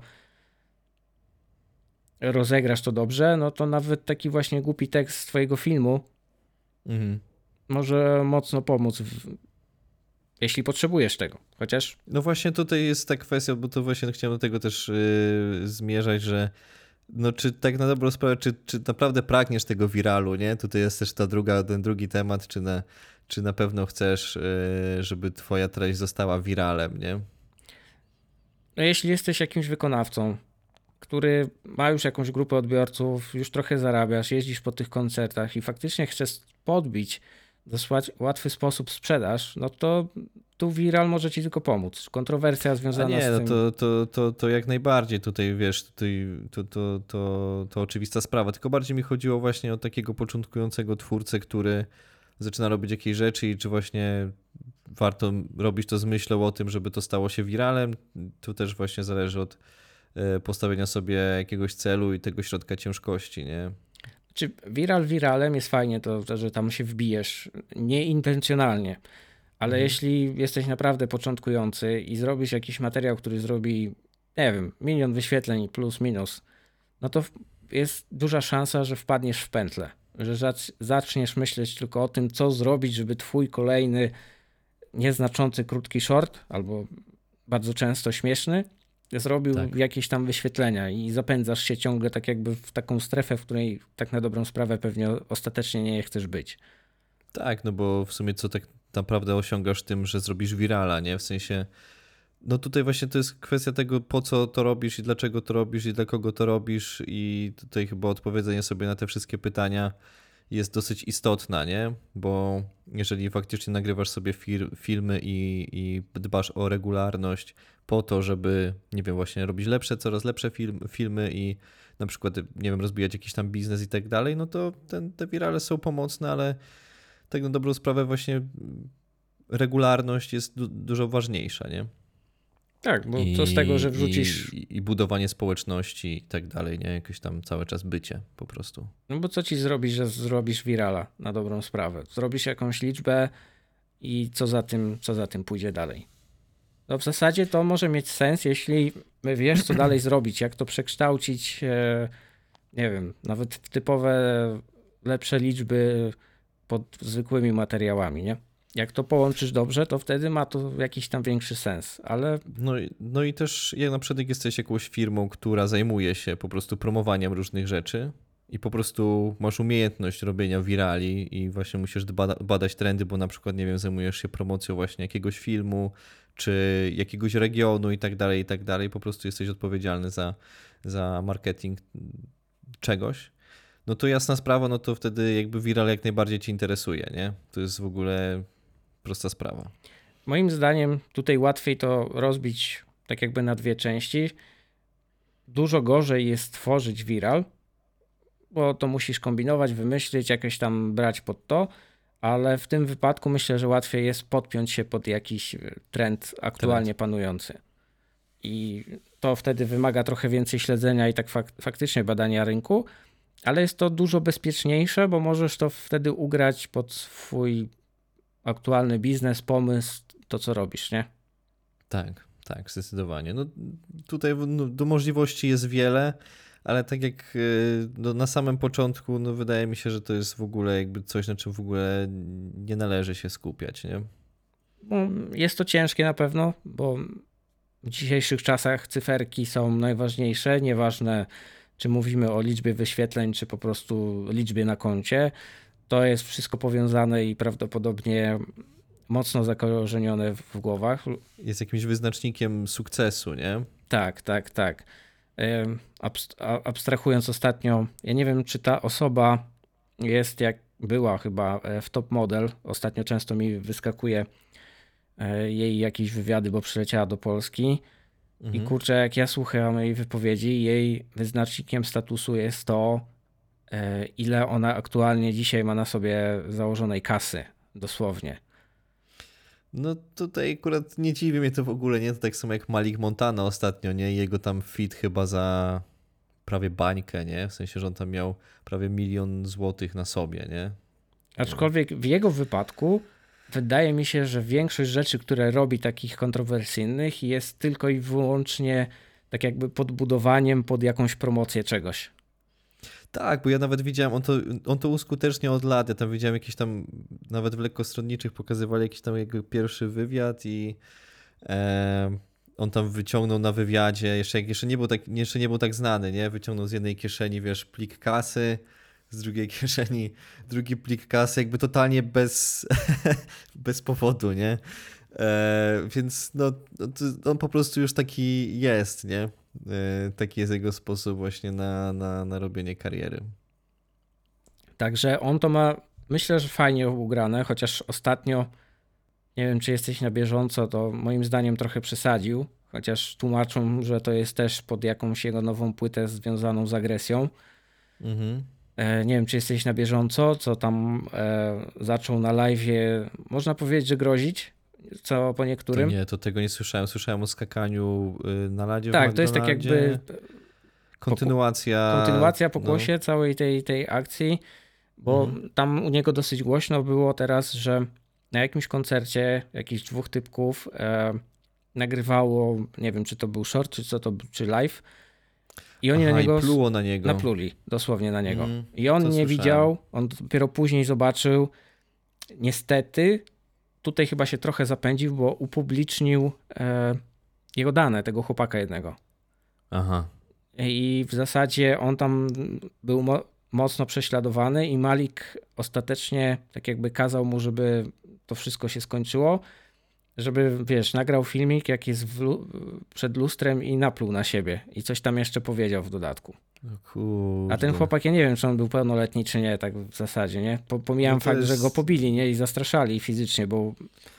rozegrasz to dobrze, no to nawet taki właśnie głupi tekst z twojego filmu mhm. może mocno pomóc, w, jeśli potrzebujesz tego, chociaż... No właśnie tutaj jest ta kwestia, bo to właśnie chciałem do tego też yy, zmierzać, że no czy tak na dobrą sprawę, czy, czy naprawdę pragniesz tego wiralu, nie? Tutaj jest też ta druga, ten drugi temat, czy na, czy na pewno chcesz, yy, żeby twoja treść została wiralem, nie? No jeśli jesteś jakimś wykonawcą, który ma już jakąś grupę odbiorców, już trochę zarabiasz, jeździsz po tych koncertach i faktycznie chcesz podbić w dosyć łatwy sposób sprzedaż, no to tu viral może ci tylko pomóc. Kontrowersja związana A nie, z tym... no to, to, to, to jak najbardziej tutaj, wiesz, tutaj to, to, to, to oczywista sprawa, tylko bardziej mi chodziło właśnie o takiego początkującego twórcę, który zaczyna robić jakieś rzeczy i czy właśnie warto robić to z myślą o tym, żeby to stało się wiralem. Tu też właśnie zależy od postawienia sobie jakiegoś celu i tego środka ciężkości, nie? Czy viral viralem jest fajnie to, że tam się wbijesz nieintencjonalnie, ale mhm. jeśli jesteś naprawdę początkujący i zrobisz jakiś materiał, który zrobi, nie wiem, milion wyświetleń plus minus, no to jest duża szansa, że wpadniesz w pętlę, że zaczniesz myśleć tylko o tym, co zrobić, żeby twój kolejny nieznaczący krótki short albo bardzo często śmieszny zrobił tak. jakieś tam wyświetlenia i zapędzasz się ciągle tak jakby w taką strefę, w której tak na dobrą sprawę pewnie ostatecznie nie chcesz być. Tak, no bo w sumie co tak naprawdę osiągasz tym, że zrobisz virala, nie? W sensie, no tutaj właśnie to jest kwestia tego, po co to robisz i dlaczego to robisz i dla kogo to robisz i tutaj chyba odpowiedzenie sobie na te wszystkie pytania jest dosyć istotna, nie? Bo jeżeli faktycznie nagrywasz sobie fir- filmy i, i dbasz o regularność po to, żeby, nie wiem, właśnie robić lepsze, coraz lepsze film, filmy i na przykład, nie wiem, rozbijać jakiś tam biznes i tak dalej, no to ten, te wirale są pomocne, ale tak na dobrą sprawę właśnie regularność jest du- dużo ważniejsza, nie? Tak, bo I, co z tego, że wrzucisz... I, I budowanie społeczności i tak dalej, nie? Jakieś tam cały czas bycie po prostu. No bo co ci zrobisz, że zrobisz virala na dobrą sprawę? Zrobisz jakąś liczbę i co za tym, co za tym pójdzie dalej? No w zasadzie to może mieć sens, jeśli wiesz, co dalej zrobić, jak to przekształcić, nie wiem, nawet w typowe lepsze liczby pod zwykłymi materiałami, nie? Jak to połączysz dobrze, to wtedy ma to jakiś tam większy sens, ale... No, no i też jak na przykład jak jesteś jakąś firmą, która zajmuje się po prostu promowaniem różnych rzeczy i po prostu masz umiejętność robienia wirali i właśnie musisz bada, badać trendy, bo na przykład, nie wiem, zajmujesz się promocją właśnie jakiegoś filmu, czy jakiegoś regionu i tak dalej, i tak dalej. Po prostu jesteś odpowiedzialny za, za marketing czegoś. No to jasna sprawa, no to wtedy jakby viral jak najbardziej ci interesuje, nie? To jest w ogóle prosta sprawa. Moim zdaniem tutaj łatwiej to rozbić tak jakby na dwie części. Dużo gorzej jest tworzyć viral, bo to musisz kombinować, wymyślić, jakieś tam brać pod to, ale w tym wypadku myślę, że łatwiej jest podpiąć się pod jakiś trend aktualnie trend. panujący. I to wtedy wymaga trochę więcej śledzenia i tak fak- faktycznie badania rynku, ale jest to dużo bezpieczniejsze, bo możesz to wtedy ugrać pod swój aktualny biznes, pomysł, to co robisz, nie? Tak, tak, zdecydowanie. No tutaj no, do możliwości jest wiele, ale tak jak no, na samym początku, no wydaje mi się, że to jest w ogóle jakby coś, na czym w ogóle nie należy się skupiać, nie? No, jest to ciężkie na pewno, bo w dzisiejszych czasach cyferki są najważniejsze, nieważne czy mówimy o liczbie wyświetleń, czy po prostu liczbie na koncie. To jest wszystko powiązane i prawdopodobnie mocno zakorzenione w głowach. Jest jakimś wyznacznikiem sukcesu, nie? Tak, tak, tak. Abstrahując ostatnio, ja nie wiem, czy ta osoba jest jak była chyba w Top Model. Ostatnio często mi wyskakuje jej jakieś wywiady, bo przyleciała do Polski. Mhm. I kurczę, jak ja słucham jej wypowiedzi, jej wyznacznikiem statusu jest to, ile ona aktualnie dzisiaj ma na sobie założonej kasy, dosłownie. No tutaj akurat nie dziwi mnie to w ogóle, nie? To tak samo jak Malik Montana ostatnio, nie? Jego tam fit chyba za prawie bańkę, nie? W sensie, że on tam miał prawie milion złotych na sobie, nie? Aczkolwiek w jego wypadku wydaje mi się, że większość rzeczy, które robi takich kontrowersyjnych, jest tylko i wyłącznie tak jakby podbudowaniem pod jakąś promocję czegoś. Tak, bo ja nawet widziałem, on to, on to uskutecznia od lat. Ja tam widziałem jakieś tam, nawet w lekkostronniczych pokazywali jakiś tam jego pierwszy wywiad i e, on tam wyciągnął na wywiadzie, jeszcze jak jeszcze nie był tak, jeszcze nie był tak znany, nie? Wyciągnął z jednej kieszeni, wiesz, plik kasy, z drugiej kieszeni drugi plik kasy, jakby totalnie bez, bez powodu, nie? E, więc no, on po prostu już taki jest, nie? E, taki jest jego sposób właśnie na, na, na robienie kariery. Także on to ma, myślę, że fajnie ugrane, chociaż ostatnio, nie wiem, czy jesteś na bieżąco, to moim zdaniem trochę przesadził, chociaż tłumaczą, że to jest też pod jakąś jego nową płytę związaną z agresją. Mhm. Nie wiem, czy jesteś na bieżąco, co tam e, zaczął na live'ie, można powiedzieć, że grozić, co po niektórym. To nie, to tego nie słyszałem. Słyszałem o skakaniu na ladzie w Tak, to jest tak jakby kontynuacja. Kontynuacja pokłosie no. całej tej, tej akcji, bo mhm. tam u niego dosyć głośno było teraz, że na jakimś koncercie jakichś dwóch typków e, nagrywało, nie wiem, czy to był short, czy co to, czy live. I oni Aha, na niego i pluło na niego. Napluli, dosłownie na niego. Mm, I on nie słyszałem. widział, on dopiero później zobaczył. Niestety, tutaj chyba się trochę zapędził, bo upublicznił e, jego dane, tego chłopaka jednego. Aha. I w zasadzie on tam był mo- mocno prześladowany i Malik ostatecznie tak jakby kazał mu, żeby to wszystko się skończyło, żeby, wiesz, nagrał filmik, jak jest w lu- przed lustrem i napluł na siebie. I coś tam jeszcze powiedział w dodatku. Kurde. A ten chłopak, ja nie wiem, czy on był pełnoletni, czy nie, tak w zasadzie, nie? Po- pomijam no fakt, jest... że go pobili, nie? I zastraszali fizycznie, bo...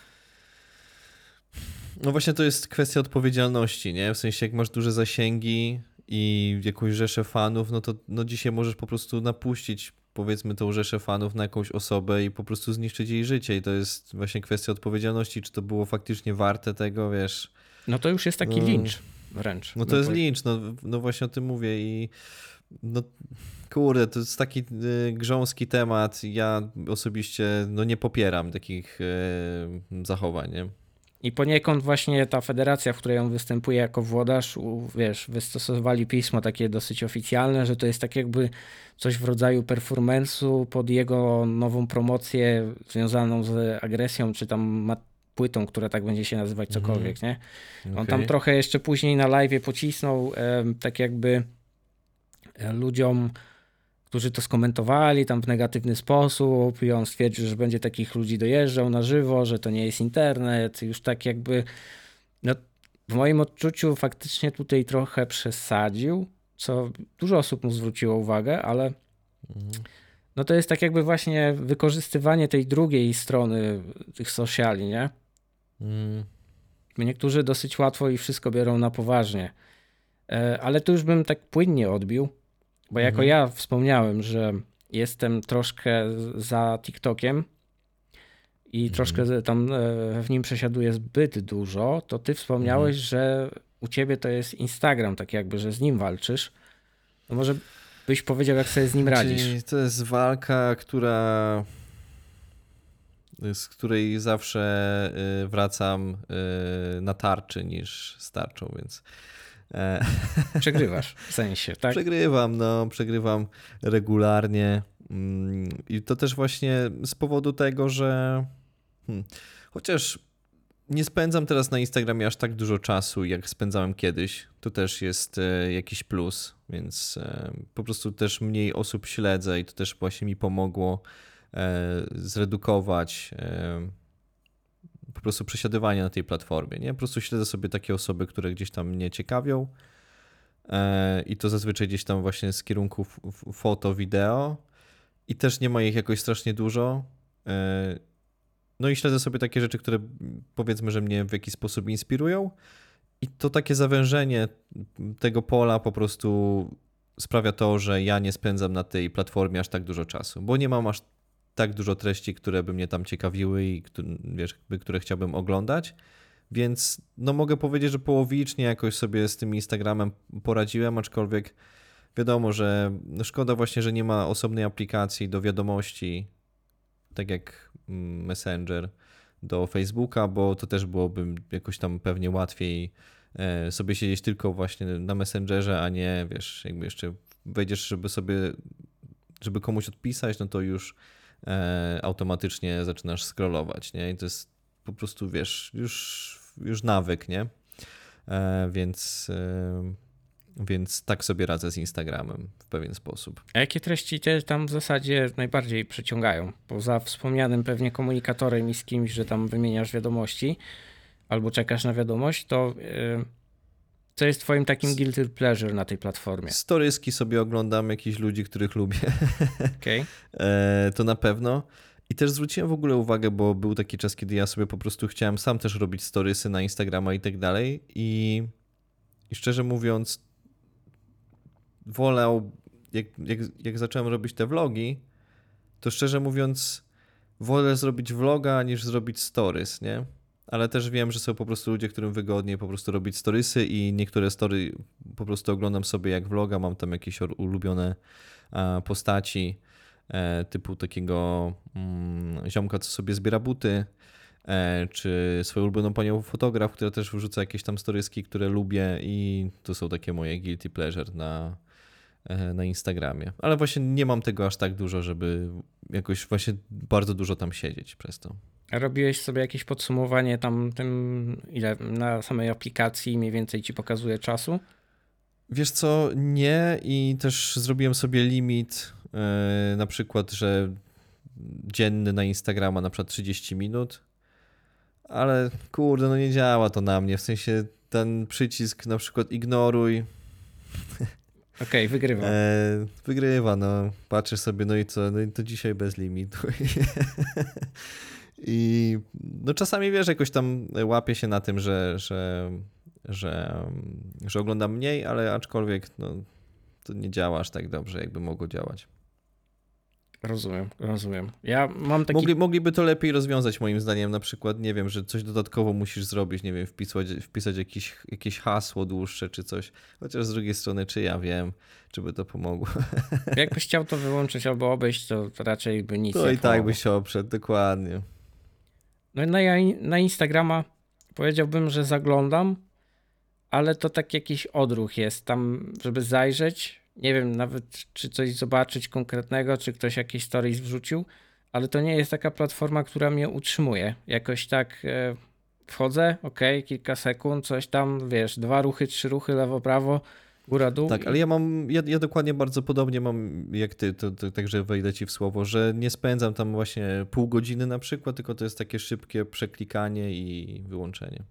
No właśnie to jest kwestia odpowiedzialności, nie? W sensie, jak masz duże zasięgi i jakąś rzeszę fanów, no to no dzisiaj możesz po prostu napuścić, powiedzmy, tą rzeszę fanów na jakąś osobę i po prostu zniszczyć jej życie. I to jest właśnie kwestia odpowiedzialności, czy to było faktycznie warte tego, wiesz... No to już jest taki no, lincz wręcz. No to jest lincz, no, no właśnie o tym mówię i no kurde, to jest taki y, grząski temat. Ja osobiście no nie popieram takich y, zachowań, nie? I poniekąd właśnie ta federacja, w której on występuje jako włodarz, wiesz, wystosowali pismo takie dosyć oficjalne, że to jest tak jakby coś w rodzaju performance'u pod jego nową promocję związaną z agresją, czy tam ma płytą, która tak będzie się nazywać cokolwiek, mm. nie? On okay. tam trochę jeszcze później na live'ie pocisnął e, tak jakby ludziom, którzy to skomentowali tam w negatywny sposób i on stwierdził, że będzie takich ludzi dojeżdżał na żywo, że to nie jest internet. Już tak jakby, no w moim odczuciu faktycznie tutaj trochę przesadził, co dużo osób mu zwróciło uwagę, ale no to jest tak jakby właśnie wykorzystywanie tej drugiej strony tych sociali, nie? Mm. Niektórzy dosyć łatwo i wszystko biorą na poważnie. Ale tu już bym tak płynnie odbił, bo jako Mhm. ja wspomniałem, że jestem troszkę za TikTokiem i Mhm. troszkę tam w nim przesiaduję zbyt dużo, to ty wspomniałeś, Mhm. że u ciebie to jest Instagram, tak jakby, że z nim walczysz. No może byś powiedział, jak sobie z nim radzisz. Czyli to jest walka, która z której zawsze y, wracam y, na tarczy niż z tarczą, więc e, Przegrywasz w sensie, tak? przegrywam, no, przegrywam regularnie mm, i to też właśnie z powodu tego, że hmm, chociaż nie spędzam teraz na Instagramie aż tak dużo czasu, jak spędzałem kiedyś, to też jest e, jakiś plus, więc e, po prostu też mniej osób śledzę i to też właśnie mi pomogło e, zredukować e, po prostu przesiadywanie na tej platformie, nie? Po prostu śledzę sobie takie osoby, które gdzieś tam mnie ciekawią e, i to zazwyczaj gdzieś tam właśnie z kierunku f- f- foto, wideo i też nie ma ich jakoś strasznie dużo. E, No i śledzę sobie takie rzeczy, które powiedzmy, że mnie w jakiś sposób inspirują i to takie zawężenie tego pola po prostu sprawia to, że ja nie spędzam na tej platformie aż tak dużo czasu, bo nie mam aż tak dużo treści, które by mnie tam ciekawiły i wiesz, które chciałbym oglądać, więc no mogę powiedzieć, że połowicznie jakoś sobie z tym Instagramem poradziłem, aczkolwiek wiadomo, że no szkoda właśnie, że nie ma osobnej aplikacji do wiadomości, tak jak Messenger do Facebooka, bo to też byłoby jakoś tam pewnie łatwiej sobie siedzieć tylko właśnie na Messengerze, a nie, wiesz, jakby jeszcze wejdziesz, żeby sobie, żeby komuś odpisać, no to już automatycznie zaczynasz scrollować, nie? I to jest po prostu, wiesz, już, już nawyk, nie? Więc Więc tak sobie radzę z Instagramem w pewien sposób. A jakie treści cię tam w zasadzie najbardziej przyciągają? Poza wspomnianym pewnie komunikatorem i z kimś, że tam wymieniasz wiadomości albo czekasz na wiadomość, to yy, co jest twoim takim guilty pleasure na tej platformie? Storyski sobie oglądam jakichś ludzi, których lubię. Okay. To na pewno. I też zwróciłem w ogóle uwagę, bo był taki czas, kiedy ja sobie po prostu chciałem sam też robić storysy na Instagrama i tak dalej. I, i szczerze mówiąc, wolał, jak, jak, jak zacząłem robić te vlogi, to szczerze mówiąc wolę zrobić vloga niż zrobić storys, nie? Ale też wiem, że są po prostu ludzie, którym wygodniej po prostu robić storysy i niektóre story po prostu oglądam sobie jak vloga, mam tam jakieś ulubione postaci typu takiego mm, ziomka, co sobie zbiera buty, czy swoją ulubioną panią fotograf, która też wrzuca jakieś tam storyski, które lubię i to są takie moje guilty pleasure na, na Instagramie. Ale właśnie nie mam tego aż tak dużo, żeby jakoś właśnie bardzo dużo tam siedzieć przez to. A robiłeś sobie jakieś podsumowanie tam tym, ile na samej aplikacji mniej więcej ci pokazuje czasu? Wiesz co, nie i też zrobiłem sobie limit yy, na przykład, że dzienny na Instagrama na przykład trzydzieści minut, ale kurde, no nie działa to na mnie, w sensie ten przycisk na przykład ignoruj. Okej, okay, wygrywa. E, wygrywa, no. Patrzę sobie, no i co, no i to dzisiaj bez limitu. I no czasami, wiesz, jakoś tam łapię się na tym, że, że, że, że oglądam mniej, ale aczkolwiek no, to nie działa aż tak dobrze, jakby mogło działać. Rozumiem, rozumiem. Ja mam taki... Mogli, mogliby to lepiej rozwiązać moim zdaniem, na przykład, nie wiem, że coś dodatkowo musisz zrobić, nie wiem, wpisać, wpisać jakieś, jakieś hasło dłuższe czy coś, chociaż z drugiej strony, czy ja wiem, czy by to pomogło. Jakbyś chciał to wyłączyć albo obejść, to raczej by nic to nie i pomogło. tak by się oprzedł, dokładnie. No na, na Instagrama powiedziałbym, że zaglądam, ale to tak jakiś odruch jest tam, żeby zajrzeć. Nie wiem nawet, czy coś zobaczyć konkretnego, czy ktoś jakieś stories wrzucił, ale to nie jest taka platforma, która mnie utrzymuje. Jakoś tak e, wchodzę, ok, kilka sekund, coś tam, wiesz, dwa ruchy, trzy ruchy, lewo, prawo góra-dół. Tak, i... ale ja mam, ja, ja dokładnie bardzo podobnie mam jak ty, to, to, także wejdę ci w słowo, że nie spędzam tam właśnie pół godziny na przykład, tylko to jest takie szybkie przeklikanie i wyłączenie.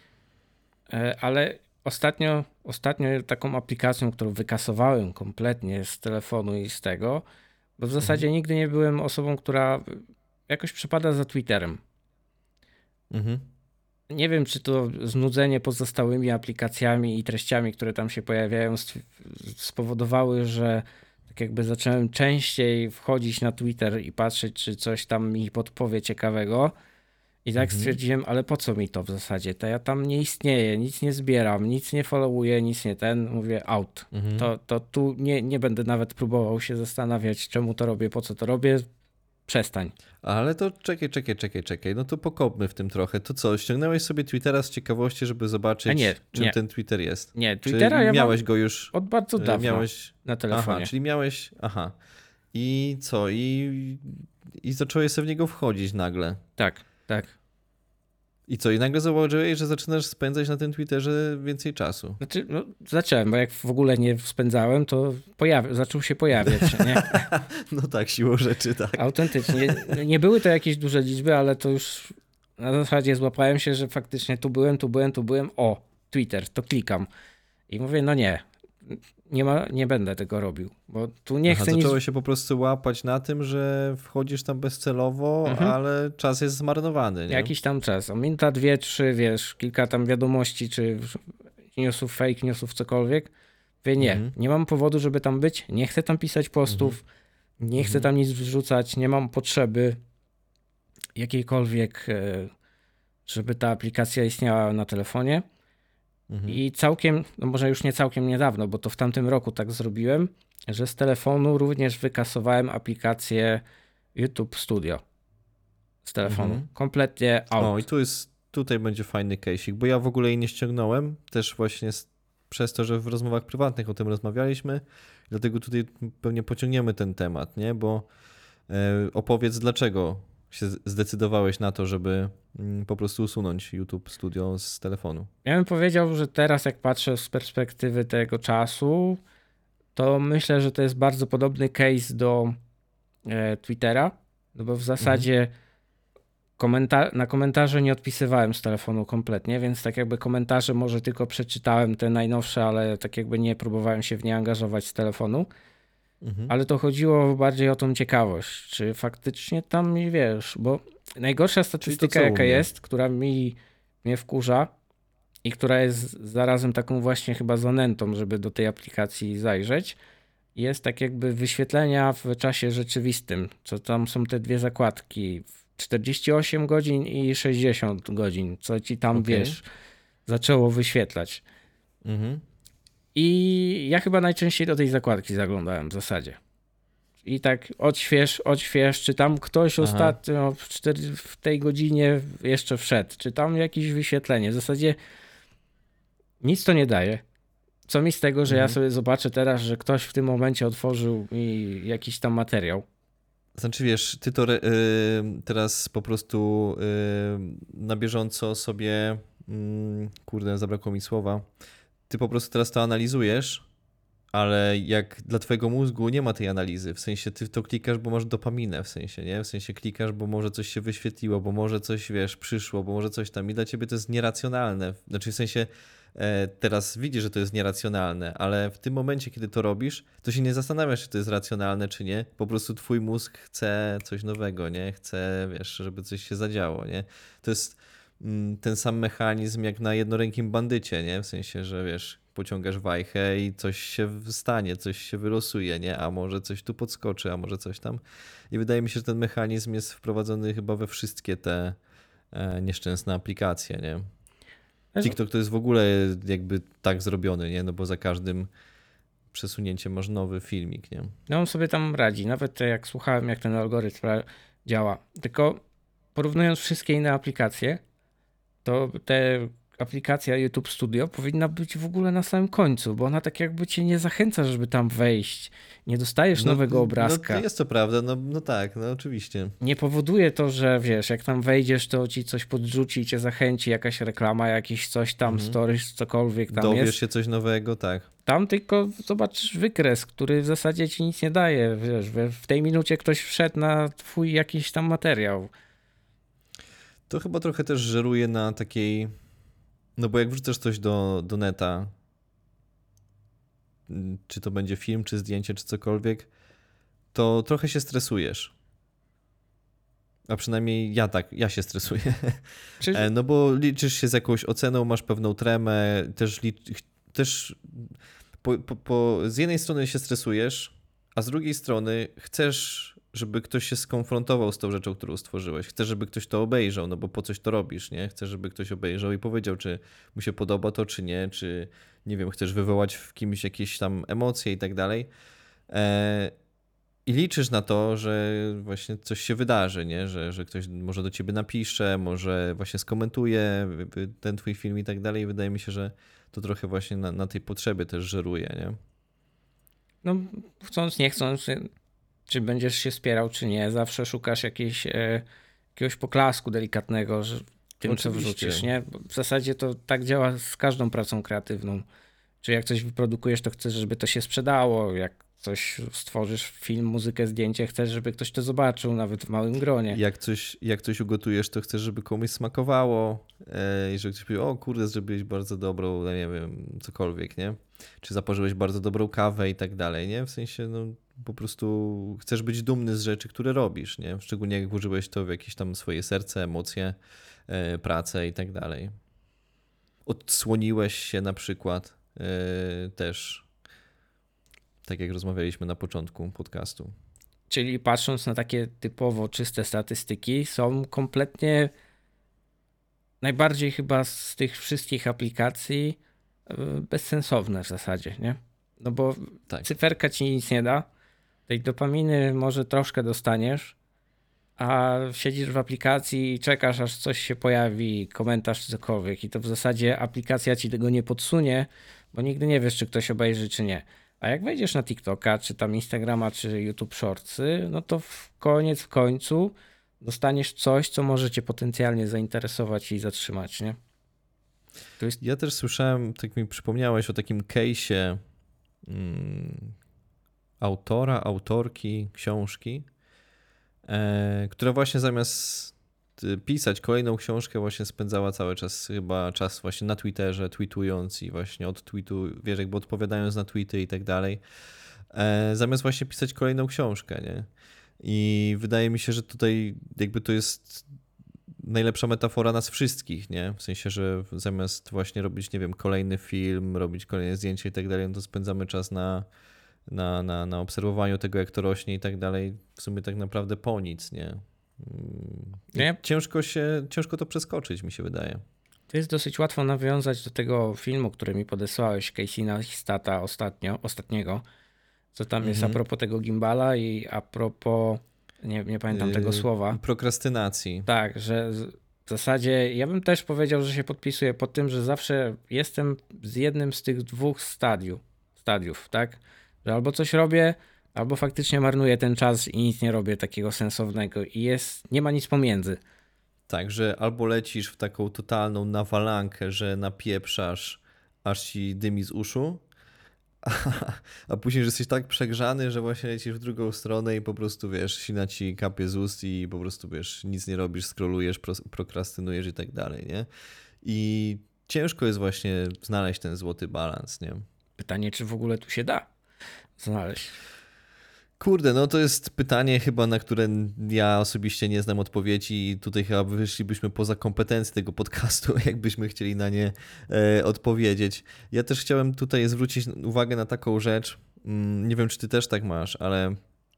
Ale ostatnio, ostatnio taką aplikacją, którą wykasowałem kompletnie z telefonu i z tego, bo w zasadzie Mhm. nigdy nie byłem osobą, która jakoś przypada za Twitterem. Mhm. Nie wiem, czy to znudzenie pozostałymi aplikacjami i treściami, które tam się pojawiają, spowodowały, że tak jakby zacząłem częściej wchodzić na Twitter i patrzeć, czy coś tam mi podpowie ciekawego. I tak Mhm. stwierdziłem, ale po co mi to w zasadzie? To ja tam nie istnieję, nic nie zbieram, nic nie followuję, nic nie ten. Mówię out. Mhm. To, to tu nie, nie będę nawet próbował się zastanawiać, czemu to robię, po co to robię. Przestań. Ale to czekaj, czekaj, czekaj, czekaj, no to pokopmy w tym trochę. To co, ściągnąłeś sobie Twittera z ciekawości, żeby zobaczyć, A nie, czym nie. ten Twitter jest? Nie, Twittera Czy ja miałeś mam go już od bardzo e, dawna miałeś... na telefonie. Aha, czyli miałeś, aha. I co, i, i zacząłeś sobie w niego wchodzić nagle. Tak, tak. I co, i nagle zauważyłeś, że zaczynasz spędzać na tym Twitterze więcej czasu. Znaczy, no, zacząłem, bo jak w ogóle nie spędzałem, to pojawi- zaczął się pojawiać, nie? No tak, siłą rzeczy, tak. Autentycznie. Nie były to jakieś duże liczby, ale to już na zasadzie złapałem się, że faktycznie tu byłem, tu byłem, tu byłem. O, Twitter, to klikam. I mówię, no nie, nie, ma, nie będę tego robił, bo tu nie Aha, chcę nic... zacząłeś się po prostu łapać na tym, że wchodzisz tam bezcelowo, Mhm. ale czas jest zmarnowany, nie? Jakiś tam czas. O minuta, dwie, trzy, wiesz, kilka tam wiadomości, czy newsów, fake newsów, cokolwiek. Mówię, nie, Mhm. nie mam powodu, żeby tam być, nie chcę tam pisać postów, nie chcę Mhm. tam nic wrzucać, nie mam potrzeby jakiejkolwiek, e, żeby ta aplikacja istniała na telefonie. Mhm. I całkiem, no może już nie całkiem niedawno, bo to w tamtym roku tak zrobiłem, że z telefonu również wykasowałem aplikację YouTube Studio. Z telefonu. Mhm. Kompletnie out. O, i tu jest, tutaj będzie fajny case'ik, bo ja w ogóle jej nie ściągnąłem, też właśnie z, przez to, że w rozmowach prywatnych o tym rozmawialiśmy, dlatego tutaj pewnie pociągniemy ten temat, nie? Bo e, opowiedz, dlaczego się zdecydowałeś na to, żeby mm, po prostu usunąć YouTube Studio z telefonu. Ja bym powiedział, że teraz jak patrzę z perspektywy tego czasu, to myślę, że to jest bardzo podobny case do e, Twittera, no bo w zasadzie komenta- na komentarze nie odpisywałem z telefonu kompletnie, więc tak jakby komentarze może tylko przeczytałem te najnowsze, ale tak jakby nie próbowałem się w nie angażować z telefonu. Mhm. Ale to chodziło bardziej o tą ciekawość, czy faktycznie tam mi wiesz, bo najgorsza statystyka co u jaka mnie. jest, która mi mnie wkurza i która jest zarazem taką właśnie chyba zanętą, żeby do tej aplikacji zajrzeć, jest tak jakby wyświetlenia w czasie rzeczywistym, co tam są te dwie zakładki, czterdzieści osiem godzin i sześćdziesiąt godzin, co ci tam Okej. wiesz, zaczęło wyświetlać. Mhm. I ja chyba najczęściej do tej zakładki zaglądałem w zasadzie. I tak odśwież, odśwież, czy tam ktoś Aha. ostatnio w, cztery, w tej godzinie jeszcze wszedł, czy tam jakieś wyświetlenie. W zasadzie nic to nie daje. Co mi z tego, że Mhm. ja sobie zobaczę teraz, że ktoś w tym momencie otworzył mi jakiś tam materiał. Znaczy wiesz, ty to re, y, teraz po prostu y, na bieżąco sobie, y, kurde, zabrakło mi słowa, ty po prostu teraz to analizujesz, ale jak dla twojego mózgu nie ma tej analizy, w sensie ty w to klikasz, bo masz dopaminę, w sensie, nie? W sensie klikasz, bo może coś się wyświetliło, bo może coś, wiesz, przyszło, bo może coś tam i dla ciebie to jest nieracjonalne. Znaczy w sensie e, teraz widzisz, że to jest nieracjonalne, ale w tym momencie, kiedy to robisz, to się nie zastanawiasz, czy to jest racjonalne, czy nie. Po prostu twój mózg chce coś nowego, nie? Chce, wiesz, żeby coś się zadziało, nie? To jest mm, ten sam mechanizm jak na jednorękim bandycie, nie? W sensie, że wiesz, pociągasz wajchę i coś się stanie, coś się wylosuje, nie? A może coś tu podskoczy, a może coś tam. I wydaje mi się, że ten mechanizm jest wprowadzony chyba we wszystkie te e, nieszczęsne aplikacje, nie? TikTok to jest w ogóle jakby tak zrobiony, nie? No bo za każdym przesunięciem masz nowy filmik, nie? No on sobie tam radzi, nawet jak słuchałem, jak ten algorytm działa. Tylko porównując wszystkie inne aplikacje, to te aplikacja YouTube Studio powinna być w ogóle na samym końcu, bo ona tak jakby cię nie zachęca, żeby tam wejść. Nie dostajesz No, nowego obrazka. No to jest to prawda, no, no tak, no oczywiście. Nie powoduje to, że wiesz, jak tam wejdziesz, to ci coś podrzuci i cię zachęci, jakaś reklama, jakiś coś tam, Mhm. stories, cokolwiek tam Dowiesz jest. się coś nowego, tak. Tam tylko zobaczysz wykres, który w zasadzie ci nic nie daje. Wiesz, w tej minucie ktoś wszedł na twój jakiś tam materiał. To chyba trochę też żeruje na takiej, no bo jak wrzucasz coś do, do neta, czy to będzie film, czy zdjęcie, czy cokolwiek, to trochę się stresujesz. A przynajmniej ja tak, ja się stresuję. Czy... No bo liczysz się z jakąś oceną, masz pewną tremę, też, licz, też po, po, po, z jednej strony się stresujesz, a z drugiej strony chcesz, żeby ktoś się skonfrontował z tą rzeczą, którą stworzyłeś. Chcesz, żeby ktoś to obejrzał, no bo po coś to robisz, nie? Chcesz, żeby ktoś obejrzał i powiedział, czy mu się podoba to, czy nie, czy nie wiem, chcesz wywołać w kimś jakieś tam emocje i tak dalej. E- I liczysz na to, że właśnie coś się wydarzy, nie? Że, że ktoś może do ciebie napisze, może właśnie skomentuje ten twój film i tak dalej. Wydaje mi się, że to trochę właśnie na, na tej potrzebie też żeruje, nie? No, chcąc, nie chcąc, czy będziesz się wspierał, czy nie, zawsze szukasz jakiejś, e, jakiegoś poklasku delikatnego, że tym, Oczywiście. co wrzucisz, nie? Bo w zasadzie to tak działa z każdą pracą kreatywną. Czy jak coś wyprodukujesz, to chcesz, żeby to się sprzedało, jak coś stworzysz, film, muzykę, zdjęcie, chcesz, żeby ktoś to zobaczył, nawet w małym gronie. Jak coś, jak coś ugotujesz, to chcesz, żeby komuś smakowało i żeby ktoś powiedział, o kurde, zrobiłeś bardzo dobrą, nie wiem, cokolwiek, nie? Czy zaparzyłeś bardzo dobrą kawę i tak dalej, nie? W sensie, no po prostu chcesz być dumny z rzeczy, które robisz, nie? Szczególnie jak włożyłeś to w jakieś tam swoje serce, emocje, pracę i tak dalej. Odsłoniłeś się na przykład też, tak jak rozmawialiśmy na początku podcastu. Czyli patrząc na takie typowo czyste statystyki, są kompletnie najbardziej chyba z tych wszystkich aplikacji bezsensowne w zasadzie, nie? No bo tak. Cyferka ci nic nie da, tej dopaminy może troszkę dostaniesz, a siedzisz w aplikacji i czekasz, aż coś się pojawi, komentarz czy cokolwiek i to w zasadzie aplikacja ci tego nie podsunie, bo nigdy nie wiesz, czy ktoś obejrzy, czy nie. A jak wejdziesz na TikToka, czy tam Instagrama, czy YouTube Shortsy, no to w koniec w końcu dostaniesz coś, co może cię potencjalnie zainteresować i zatrzymać, nie? To jest... Ja też słyszałem, tak mi przypomniałeś o takim case'ie mm, autora, autorki książki, e, która właśnie zamiast pisać kolejną książkę właśnie spędzała cały czas chyba czas właśnie na Twitterze, tweetując i właśnie od tweetu, wiesz, jakby odpowiadając na tweety i tak dalej, e, zamiast właśnie pisać kolejną książkę, nie? I wydaje mi się, że tutaj jakby to jest najlepsza metafora nas wszystkich, nie? W sensie, że zamiast właśnie robić, nie wiem, kolejny film, robić kolejne zdjęcie i tak dalej, no to spędzamy czas na, na, na, na obserwowaniu tego, jak to rośnie i tak dalej. W sumie tak naprawdę po nic, nie? nie? Ciężko się, ciężko to przeskoczyć, mi się wydaje. To jest dosyć łatwo nawiązać do tego filmu, który mi podesłałeś, Casey Neistata ostatnio, ostatniego, co tam jest Mhm. a propos tego gimbala i a propos, nie, nie pamiętam tego Yy, słowa. Prokrastynacji. Tak, że w zasadzie ja bym też powiedział, że się podpisuję pod tym, że zawsze jestem z jednym z tych dwóch stadiów, stadiów, tak? Że albo coś robię, albo faktycznie marnuję ten czas i nic nie robię takiego sensownego i jest, nie ma nic pomiędzy. Tak, że albo lecisz w taką totalną nawalankę, że napieprzasz, aż ci dymi z uszu, a, a później, że jesteś tak przegrzany, że właśnie lecisz w drugą stronę i po prostu, wiesz, sina ci kapie z ust i po prostu, wiesz, nic nie robisz, scrollujesz, pro, prokrastynujesz i tak dalej, nie? I ciężko jest właśnie znaleźć ten złoty balans, nie? Pytanie, czy w ogóle tu się da znaleźć. Kurde, no to jest pytanie chyba, na które ja osobiście nie znam odpowiedzi i tutaj chyba wyszlibyśmy poza kompetencje tego podcastu, jakbyśmy chcieli na nie e, odpowiedzieć. Ja też chciałem tutaj zwrócić uwagę na taką rzecz, mm, nie wiem, czy ty też tak masz, ale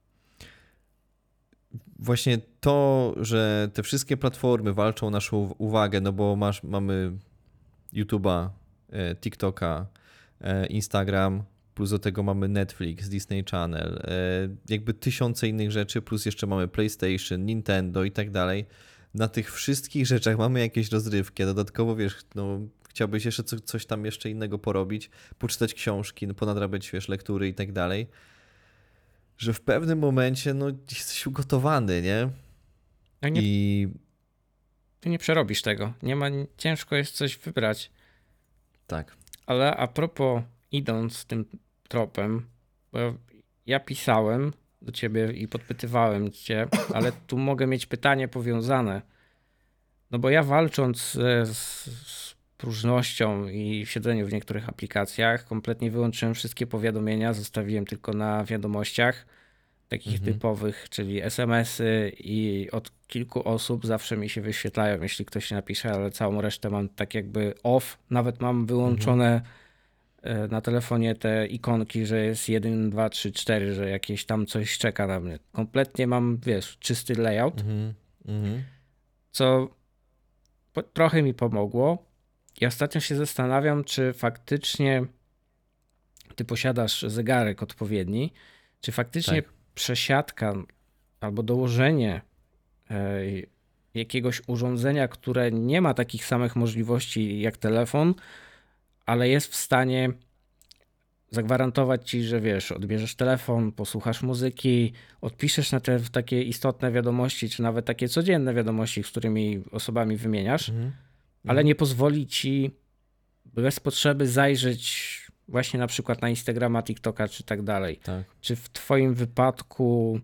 właśnie to, że te wszystkie platformy walczą o naszą uwagę, no bo masz, mamy YouTube'a, e, TikToka, e, Instagram, plus do tego mamy Netflix, Disney Channel, jakby tysiące innych rzeczy, plus jeszcze mamy PlayStation, Nintendo i tak dalej. Na tych wszystkich rzeczach mamy jakieś rozrywki, a dodatkowo, wiesz, no, chciałbyś jeszcze co, coś tam jeszcze innego porobić, poczytać książki, no, ponadrabiać, wiesz, lektury i tak dalej, że w pewnym momencie no, jesteś ugotowany, nie? No nie, I ty nie przerobisz tego. Nie ma, ciężko jest coś wybrać. tak. Ale a propos, idąc tym tropem, bo ja pisałem do ciebie i podpytywałem cię, ale tu mogę mieć pytanie powiązane. No bo ja walcząc z, z próżnością i siedzeniu w niektórych aplikacjach, kompletnie wyłączyłem wszystkie powiadomienia, zostawiłem tylko na wiadomościach takich Mhm. typowych, czyli es em esy i od kilku osób zawsze mi się wyświetlają, jeśli ktoś napisze, ale całą resztę mam tak jakby off. Nawet mam wyłączone e, na telefonie te ikonki, że jest jeden, dwa, trzy, cztery, że jakieś tam coś czeka na mnie. Kompletnie mam, wiesz, czysty layout, Mhm. Mhm. co po, trochę mi pomogło. I ostatnio się zastanawiam, czy faktycznie ty posiadasz zegarek odpowiedni, czy faktycznie Tak. przesiadka albo dołożenie e, jakiegoś urządzenia, które nie ma takich samych możliwości jak telefon, ale jest w stanie zagwarantować ci, że wiesz, odbierzesz telefon, posłuchasz muzyki, odpiszesz na te takie istotne wiadomości, czy nawet takie codzienne wiadomości, z którymi osobami wymieniasz, Mhm. ale nie pozwoli ci bez potrzeby zajrzeć właśnie na przykład na Instagrama, TikToka czy tak dalej. Tak. Czy w twoim wypadku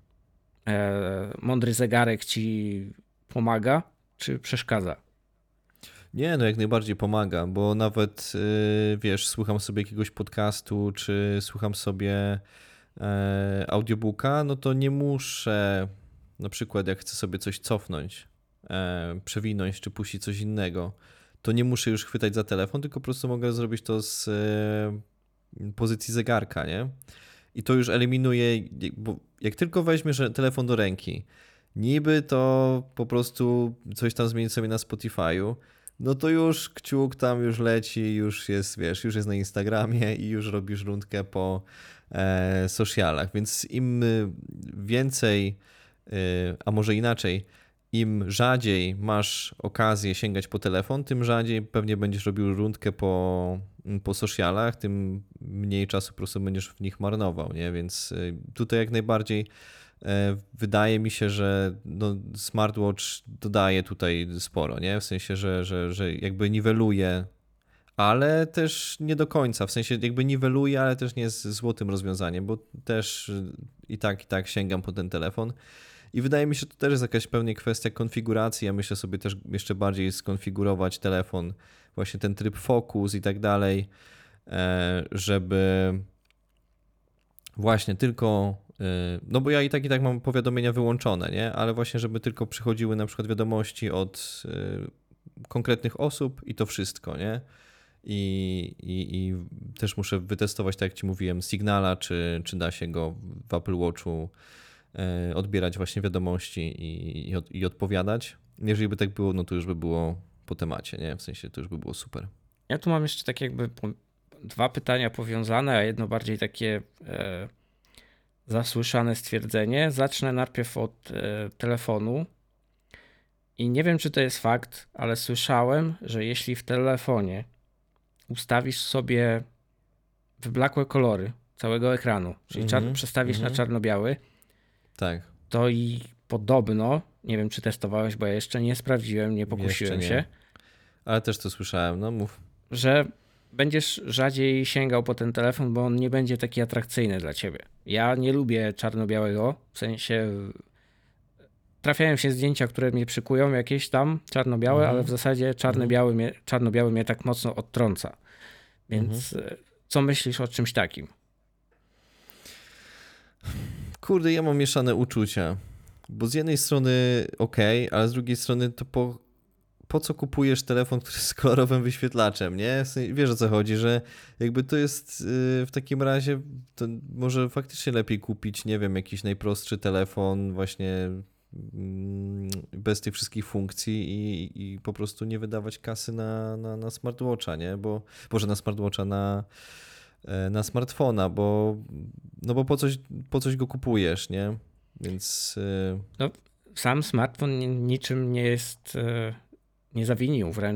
e, mądry zegarek ci pomaga, czy przeszkadza? Nie, no jak najbardziej pomaga, bo nawet yy, wiesz, słucham sobie jakiegoś podcastu, czy słucham sobie e, audiobooka, no to nie muszę, na przykład jak chcę sobie coś cofnąć, e, przewinąć, czy puścić coś innego, to nie muszę już chwytać za telefon, tylko po prostu mogę zrobić to z e, pozycji zegarka, nie? I to już eliminuje, bo jak tylko weźmiesz telefon do ręki, niby to po prostu coś tam zmienić sobie na Spotify'u, no to już kciuk tam już leci, już jest, wiesz, już jest na Instagramie i już robisz rundkę po e, socialach, więc im więcej, e, a może inaczej, im rzadziej masz okazję sięgać po telefon, tym rzadziej pewnie będziesz robił rundkę po, po socialach, tym mniej czasu po prostu będziesz w nich marnował, nie? Więc tutaj jak najbardziej wydaje mi się, że no smartwatch dodaje tutaj sporo, nie? W sensie, że, że, że jakby niweluje, ale też nie do końca, w sensie jakby niweluje, ale też nie jest złotym rozwiązaniem, bo też i tak, i tak sięgam po ten telefon. I wydaje mi się, że to też jest jakaś pewnie kwestia konfiguracji. Ja myślę sobie też jeszcze bardziej skonfigurować telefon, właśnie ten tryb focus i tak dalej, żeby właśnie tylko, no bo ja i tak i tak mam powiadomienia wyłączone, nie? Ale właśnie, żeby tylko przychodziły na przykład wiadomości od konkretnych osób i to wszystko, nie? I, i, i też muszę wytestować, tak jak ci mówiłem, Signala, czy, czy da się go w Apple Watchu odbierać właśnie wiadomości i, i, od, i odpowiadać. Jeżeli by tak było, no to już by było po temacie, nie? W sensie to już by było super. Ja tu mam jeszcze tak jakby dwa pytania powiązane, a jedno bardziej takie e, zasłyszane stwierdzenie. Zacznę najpierw od e, telefonu i nie wiem, czy to jest fakt, ale słyszałem, że jeśli w telefonie ustawisz sobie wyblakłe kolory całego ekranu, czyli czar- Mhm, przestawisz mhm. na czarno-biały, Tak. to i podobno, nie wiem czy testowałeś, bo ja jeszcze nie sprawdziłem, nie pokusiłem Jeszcze się, nie. Ale też to słyszałem, no mów. że będziesz rzadziej sięgał po ten telefon, bo on nie będzie taki atrakcyjny dla ciebie. Ja nie lubię czarno-białego, w sensie trafiają się zdjęcia, które mnie przykują, jakieś tam czarno-białe, Mhm. ale w zasadzie czarno-biały mnie, czarno-biały mnie tak mocno odtrąca. Więc Mhm. co myślisz o czymś takim? Kurde, ja mam mieszane uczucia, bo z jednej strony okej, okay, ale z drugiej strony to po, po co kupujesz telefon, który jest z kolorowym wyświetlaczem, nie? W sensie, wiesz o co chodzi, że jakby to jest yy, w takim razie, to może faktycznie lepiej kupić, nie wiem, jakiś najprostszy telefon właśnie yy, bez tych wszystkich funkcji i, i po prostu nie wydawać kasy na, na, na smartwatcha, nie? Bo, może na smartwatcha, na na smartfona, bo no bo po coś, po coś go kupujesz, nie? Więc no, sam smartfon niczym nie jest, nie zawinił wręcz.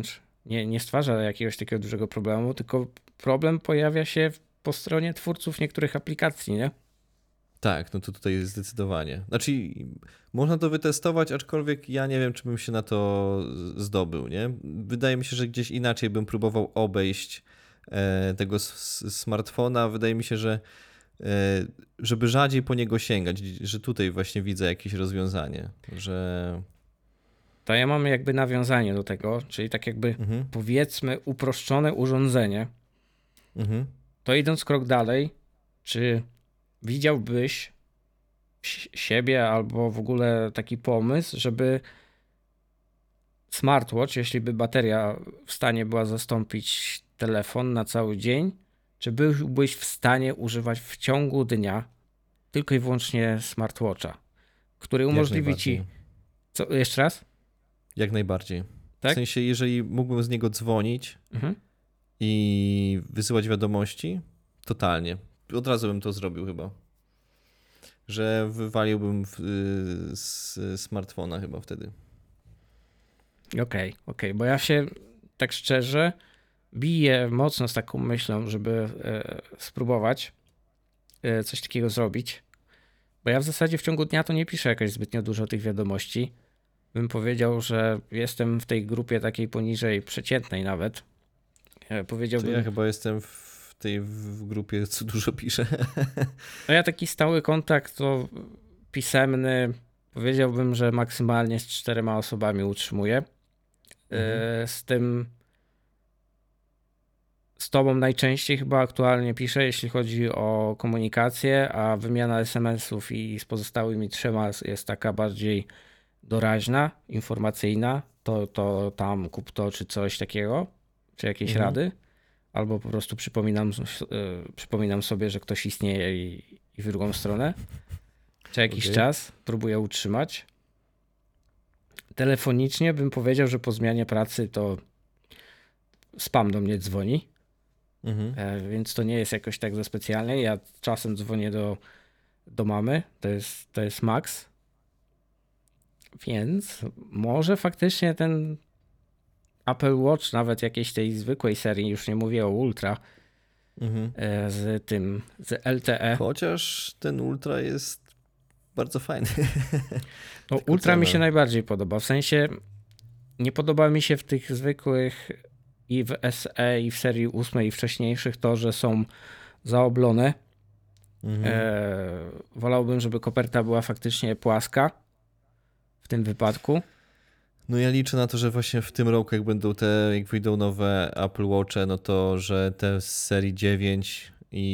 nie, nie stwarza jakiegoś takiego dużego problemu, tylko problem pojawia się po stronie twórców niektórych aplikacji, nie? Tak, no to tutaj zdecydowanie. Znaczy, można to wytestować, aczkolwiek ja nie wiem, czy bym się na to zdobył, nie? Wydaje mi się, że gdzieś inaczej bym próbował obejść e, tego s- smartfona. Wydaje mi się, że e, żeby rzadziej po niego sięgać, że tutaj właśnie widzę jakieś rozwiązanie, że... To ja mam jakby nawiązanie do tego, czyli tak jakby Mhm, powiedzmy uproszczone urządzenie. mhm. To idąc krok dalej, czy widziałbyś si- siebie albo w ogóle taki pomysł, żeby smartwatch, jeśli by bateria w stanie była zastąpić telefon na cały dzień, czy byłbyś w stanie używać w ciągu dnia tylko i wyłącznie smartwatcha, który Jak umożliwi ci... najbardziej. Co, jeszcze raz? Jak najbardziej. W Tak? sensie, jeżeli mógłbym z niego dzwonić Mhm. i wysyłać wiadomości, totalnie. Od razu bym to zrobił chyba. Że wywaliłbym w, y, z smartfona chyba wtedy. Okej, okej, bo ja się tak szczerze biję mocno z taką myślą, żeby e, spróbować e, coś takiego zrobić, bo ja w zasadzie w ciągu dnia to nie piszę jakoś zbytnio dużo tych wiadomości. Bym powiedział, że jestem w tej grupie takiej poniżej przeciętnej nawet. E, To powiedziałbym, ja chyba jestem w tej w grupie, co dużo piszę. no ja taki stały kontakt to pisemny, powiedziałbym, że maksymalnie z czterema osobami utrzymuję. E, Z tym z tobą najczęściej chyba aktualnie piszę, jeśli chodzi o komunikację, a wymiana es em esów i z pozostałymi trzema jest taka bardziej doraźna, informacyjna. To, to tam kup to, czy coś takiego, czy jakieś Mhm. rady. Albo po prostu przypominam, y, przypominam sobie, że ktoś istnieje i, i w drugą stronę. Co jakiś Okej. czas próbuję utrzymać. Telefonicznie bym powiedział, że po zmianie pracy to spam do mnie dzwoni. Mhm. E, Więc to nie jest jakoś tak za specjalnie. Ja czasem dzwonię do, do mamy, to jest, to jest max. Więc może faktycznie ten Apple Watch, nawet jakiejś tej zwykłej serii, już nie mówię o Ultra, Mhm. e, z tym, z el te e. Chociaż ten Ultra jest bardzo fajny. No, Tylko Ultra mi cena. się najbardziej podoba. W sensie nie podoba mi się w tych zwykłych i w es e, i w serii ósmej i wcześniejszych to, że są zaoblone. Mhm. E, wolałbym, żeby koperta była faktycznie płaska w tym wypadku. No ja liczę na to, że właśnie w tym roku, jak będą te, jak wyjdą nowe Apple Watche, no to, że te z serii dziewięć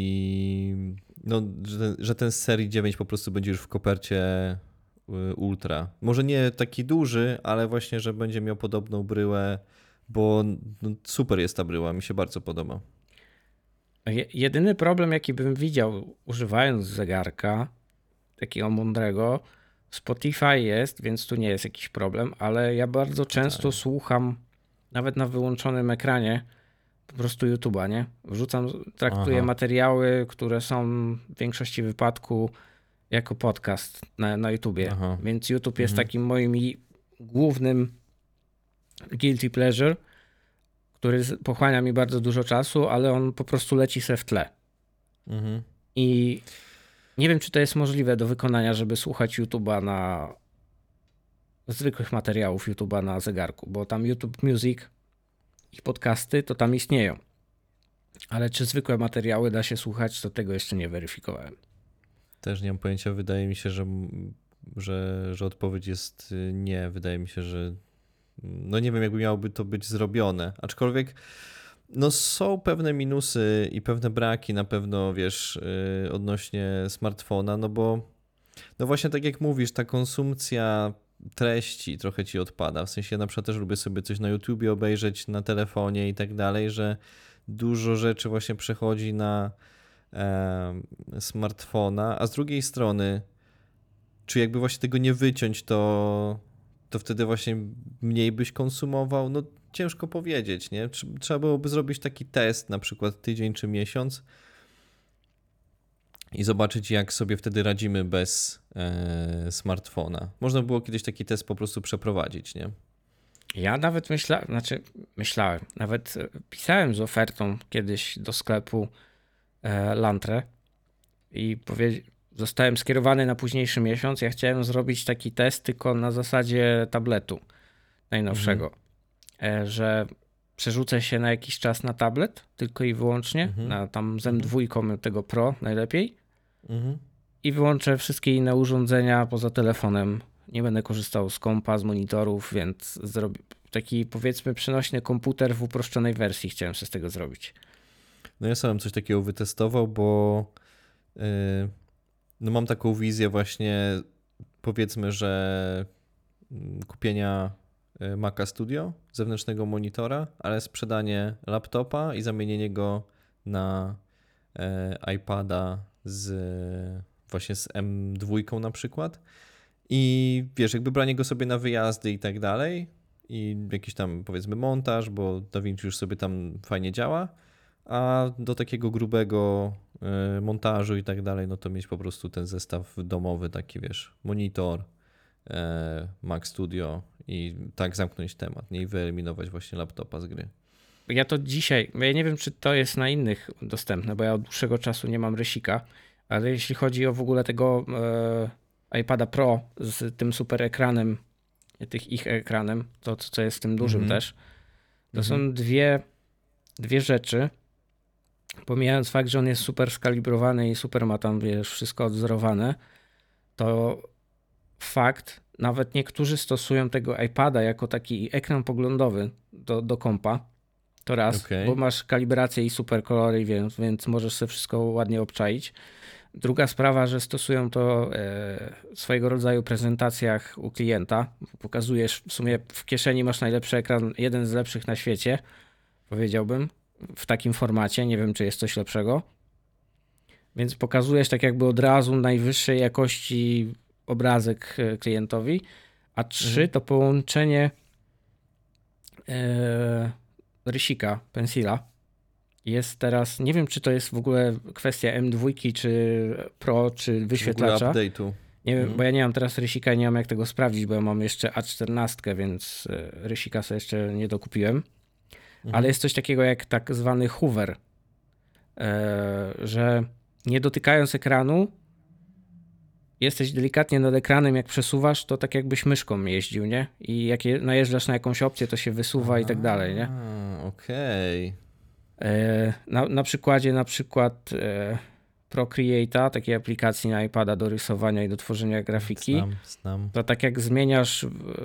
i no, że ten, że ten z serii dziewięć po prostu będzie już w kopercie y, Ultra. Może nie taki duży, ale właśnie, że będzie miał podobną bryłę, bo no, super jest ta bryła, mi się bardzo podoba. Je- Jedyny problem, jaki bym widział używając zegarka, takiego mądrego, Spotify jest, więc tu nie jest jakiś problem, ale ja bardzo często Tak. słucham, nawet na wyłączonym ekranie, po prostu YouTube'a, nie? Wrzucam, traktuję Aha. materiały, które są w większości wypadku jako podcast na, na YouTubie, Aha. więc YouTube jest Mhm. takim moim i- głównym guilty pleasure, który z- pochłania mi bardzo dużo czasu, ale on po prostu leci se w tle. Mhm. I nie wiem, czy to jest możliwe do wykonania, żeby słuchać YouTube'a na zwykłych materiałów YouTube'a na zegarku, bo tam YouTube Music i podcasty to tam istnieją. Ale czy zwykłe materiały da się słuchać, to tego jeszcze nie weryfikowałem. Też nie mam pojęcia, wydaje mi się, że, że, że odpowiedź jest y, nie. Wydaje mi się, że no nie wiem, jakby miałoby to być zrobione. Aczkolwiek no są pewne minusy i pewne braki na pewno, wiesz, y, odnośnie smartfona, no bo no właśnie tak jak mówisz, ta konsumpcja treści trochę ci odpada. W sensie ja na przykład też lubię sobie coś na YouTubie obejrzeć, na telefonie i tak dalej, że dużo rzeczy właśnie przechodzi na e, smartfona, a z drugiej strony, czy jakby właśnie tego nie wyciąć, to, to wtedy właśnie mniej byś konsumował? No ciężko powiedzieć, nie? Trz- Trzeba byłoby zrobić taki test, na przykład tydzień czy miesiąc i zobaczyć, jak sobie wtedy radzimy bez e, smartfona. Można było kiedyś taki test po prostu przeprowadzić, nie? Ja nawet myślałem, znaczy myślałem, nawet e, pisałem z ofertą kiedyś do sklepu e, Lantre i powie... zostałem skierowany na późniejszy miesiąc. Ja chciałem zrobić taki test tylko na zasadzie tabletu Mhm. najnowszego, e, że przerzucę się na jakiś czas na tablet tylko i wyłącznie, Mhm. na tam z Mhm. M dwa tego Pro najlepiej Mhm. i wyłączę wszystkie inne urządzenia poza telefonem. Nie będę korzystał z kompa, z monitorów, więc zrobię taki powiedzmy przenośny komputer w uproszczonej wersji chciałem sobie z tego zrobić. No ja sam coś takiego wytestował, bo yy, no mam taką wizję właśnie, powiedzmy, że mm, kupienia y, Maca Studio, zewnętrznego monitora, ale sprzedanie laptopa i zamienienie go na e, iPada z właśnie z M dwa na przykład. I wiesz, jakby branie go sobie na wyjazdy i tak dalej i jakiś tam powiedzmy montaż, bo DaVinci już sobie tam fajnie działa, a do takiego grubego y, montażu i tak dalej, no to mieć po prostu ten zestaw domowy, taki wiesz, monitor, e, Mac Studio i tak zamknąć temat, nie i wyeliminować właśnie laptopa z gry. Ja to dzisiaj, bo ja nie wiem, czy to jest na innych dostępne, bo ja od dłuższego czasu nie mam rysika, ale jeśli chodzi o w ogóle tego e, iPada Pro z tym super ekranem, tych ich ekranem, to co jest tym dużym Mhm. też, to Mhm. są dwie, dwie rzeczy. Pomijając fakt, że on jest super skalibrowany i super ma tam, wiesz, wszystko odzorowane, to fakt, nawet niektórzy stosują tego iPada jako taki ekran poglądowy do, do kompa. To raz, bo Okej. masz kalibrację i super kolory, więc, więc możesz sobie wszystko ładnie obczaić. Druga sprawa, że stosują to e, w swojego rodzaju prezentacjach u klienta. Pokazujesz, w sumie w kieszeni masz najlepszy ekran, jeden z lepszych na świecie, powiedziałbym, w takim formacie. Nie wiem, czy jest coś lepszego. Więc pokazujesz tak jakby od razu najwyższej jakości obrazek e, klientowi. A trzy Mhm. to połączenie e, rysika, pensila. Jest teraz, nie wiem czy to jest w ogóle kwestia M dwa, czy Pro, czy Czy w ogóle wyświetlacza. update'u? Nie wiem, bo Mhm. ja nie mam teraz rysika i nie mam jak tego sprawdzić, bo ja mam jeszcze A czternaście, więc e, rysika sobie jeszcze nie dokupiłem. Ale Mhm. jest coś takiego jak tak zwany hover, e, że nie dotykając ekranu, jesteś delikatnie nad ekranem, jak przesuwasz, to tak jakbyś myszką jeździł, nie? I jak je, najeżdżasz na jakąś opcję, to się wysuwa i tak dalej, nie? A, okej. E, Na, na przykładzie na przykład e, Procreate'a, takiej aplikacji na iPada do rysowania i do tworzenia grafiki, Znam, znam. to tak jak zmieniasz e,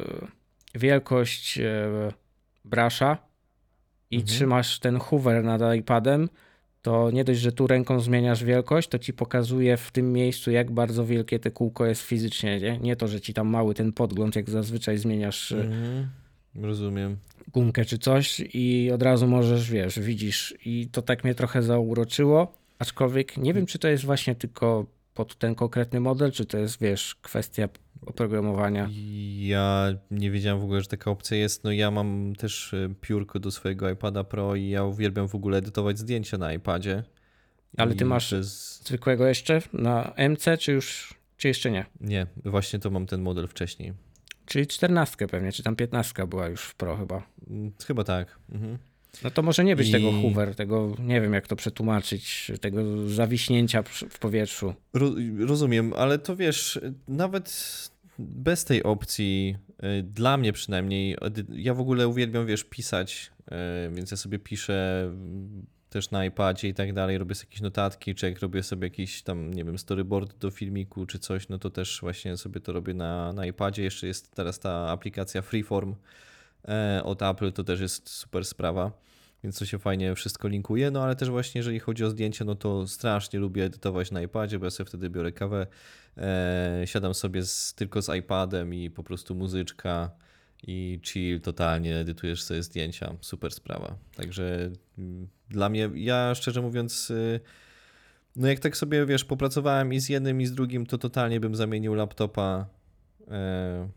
wielkość e, brusha i Mhm. trzymasz ten hover nad iPadem, to nie dość, że tu ręką zmieniasz wielkość, to ci pokazuje w tym miejscu, jak bardzo wielkie te kółko jest fizycznie, nie? Nie to, że ci tam mały ten podgląd, jak zazwyczaj zmieniasz e, Mhm. Rozumiem. gumkę czy coś i od razu możesz, wiesz, widzisz. I to tak mnie trochę zauroczyło, aczkolwiek nie wiem, czy to jest właśnie tylko pod ten konkretny model, czy to jest, wiesz, kwestia oprogramowania. Ja nie wiedziałem w ogóle, że taka opcja jest. No ja mam też e, piórko do swojego iPada Pro i ja uwielbiam w ogóle edytować zdjęcia na iPadzie. Ale ty I masz to jest... zwykłego jeszcze na M C, czy już, czy jeszcze nie? Nie, właśnie to mam ten model wcześniej. Czyli czternastkę pewnie, czy tam piętnastka była już w Pro chyba. Mm, Chyba tak. Mhm. No to może nie być tego I hover, tego, nie wiem jak to przetłumaczyć, tego zawiśnięcia przy- w powietrzu. ro rozumiem, ale to wiesz, nawet bez tej opcji, y, dla mnie przynajmniej, edy- ja w ogóle uwielbiam, wiesz, pisać, y, więc ja sobie piszę mm, też na iPadzie i tak dalej, robię sobie jakieś notatki, czy jak robię sobie jakiś tam, nie wiem, storyboard do filmiku czy coś, no to też właśnie sobie to robię na, na iPadzie. Jeszcze jest teraz ta aplikacja Freeform e, od Apple, to też jest super sprawa. Więc to się fajnie wszystko linkuje, no ale też właśnie jeżeli chodzi o zdjęcia, no to strasznie lubię edytować na iPadzie, bo ja sobie wtedy biorę kawę, e, siadam sobie z, tylko z iPadem i po prostu muzyczka i chill, totalnie edytujesz sobie zdjęcia, super sprawa. Także mm, dla mnie, ja szczerze mówiąc, y, no jak tak sobie, wiesz, popracowałem i z jednym i z drugim, to totalnie bym zamienił laptopa e,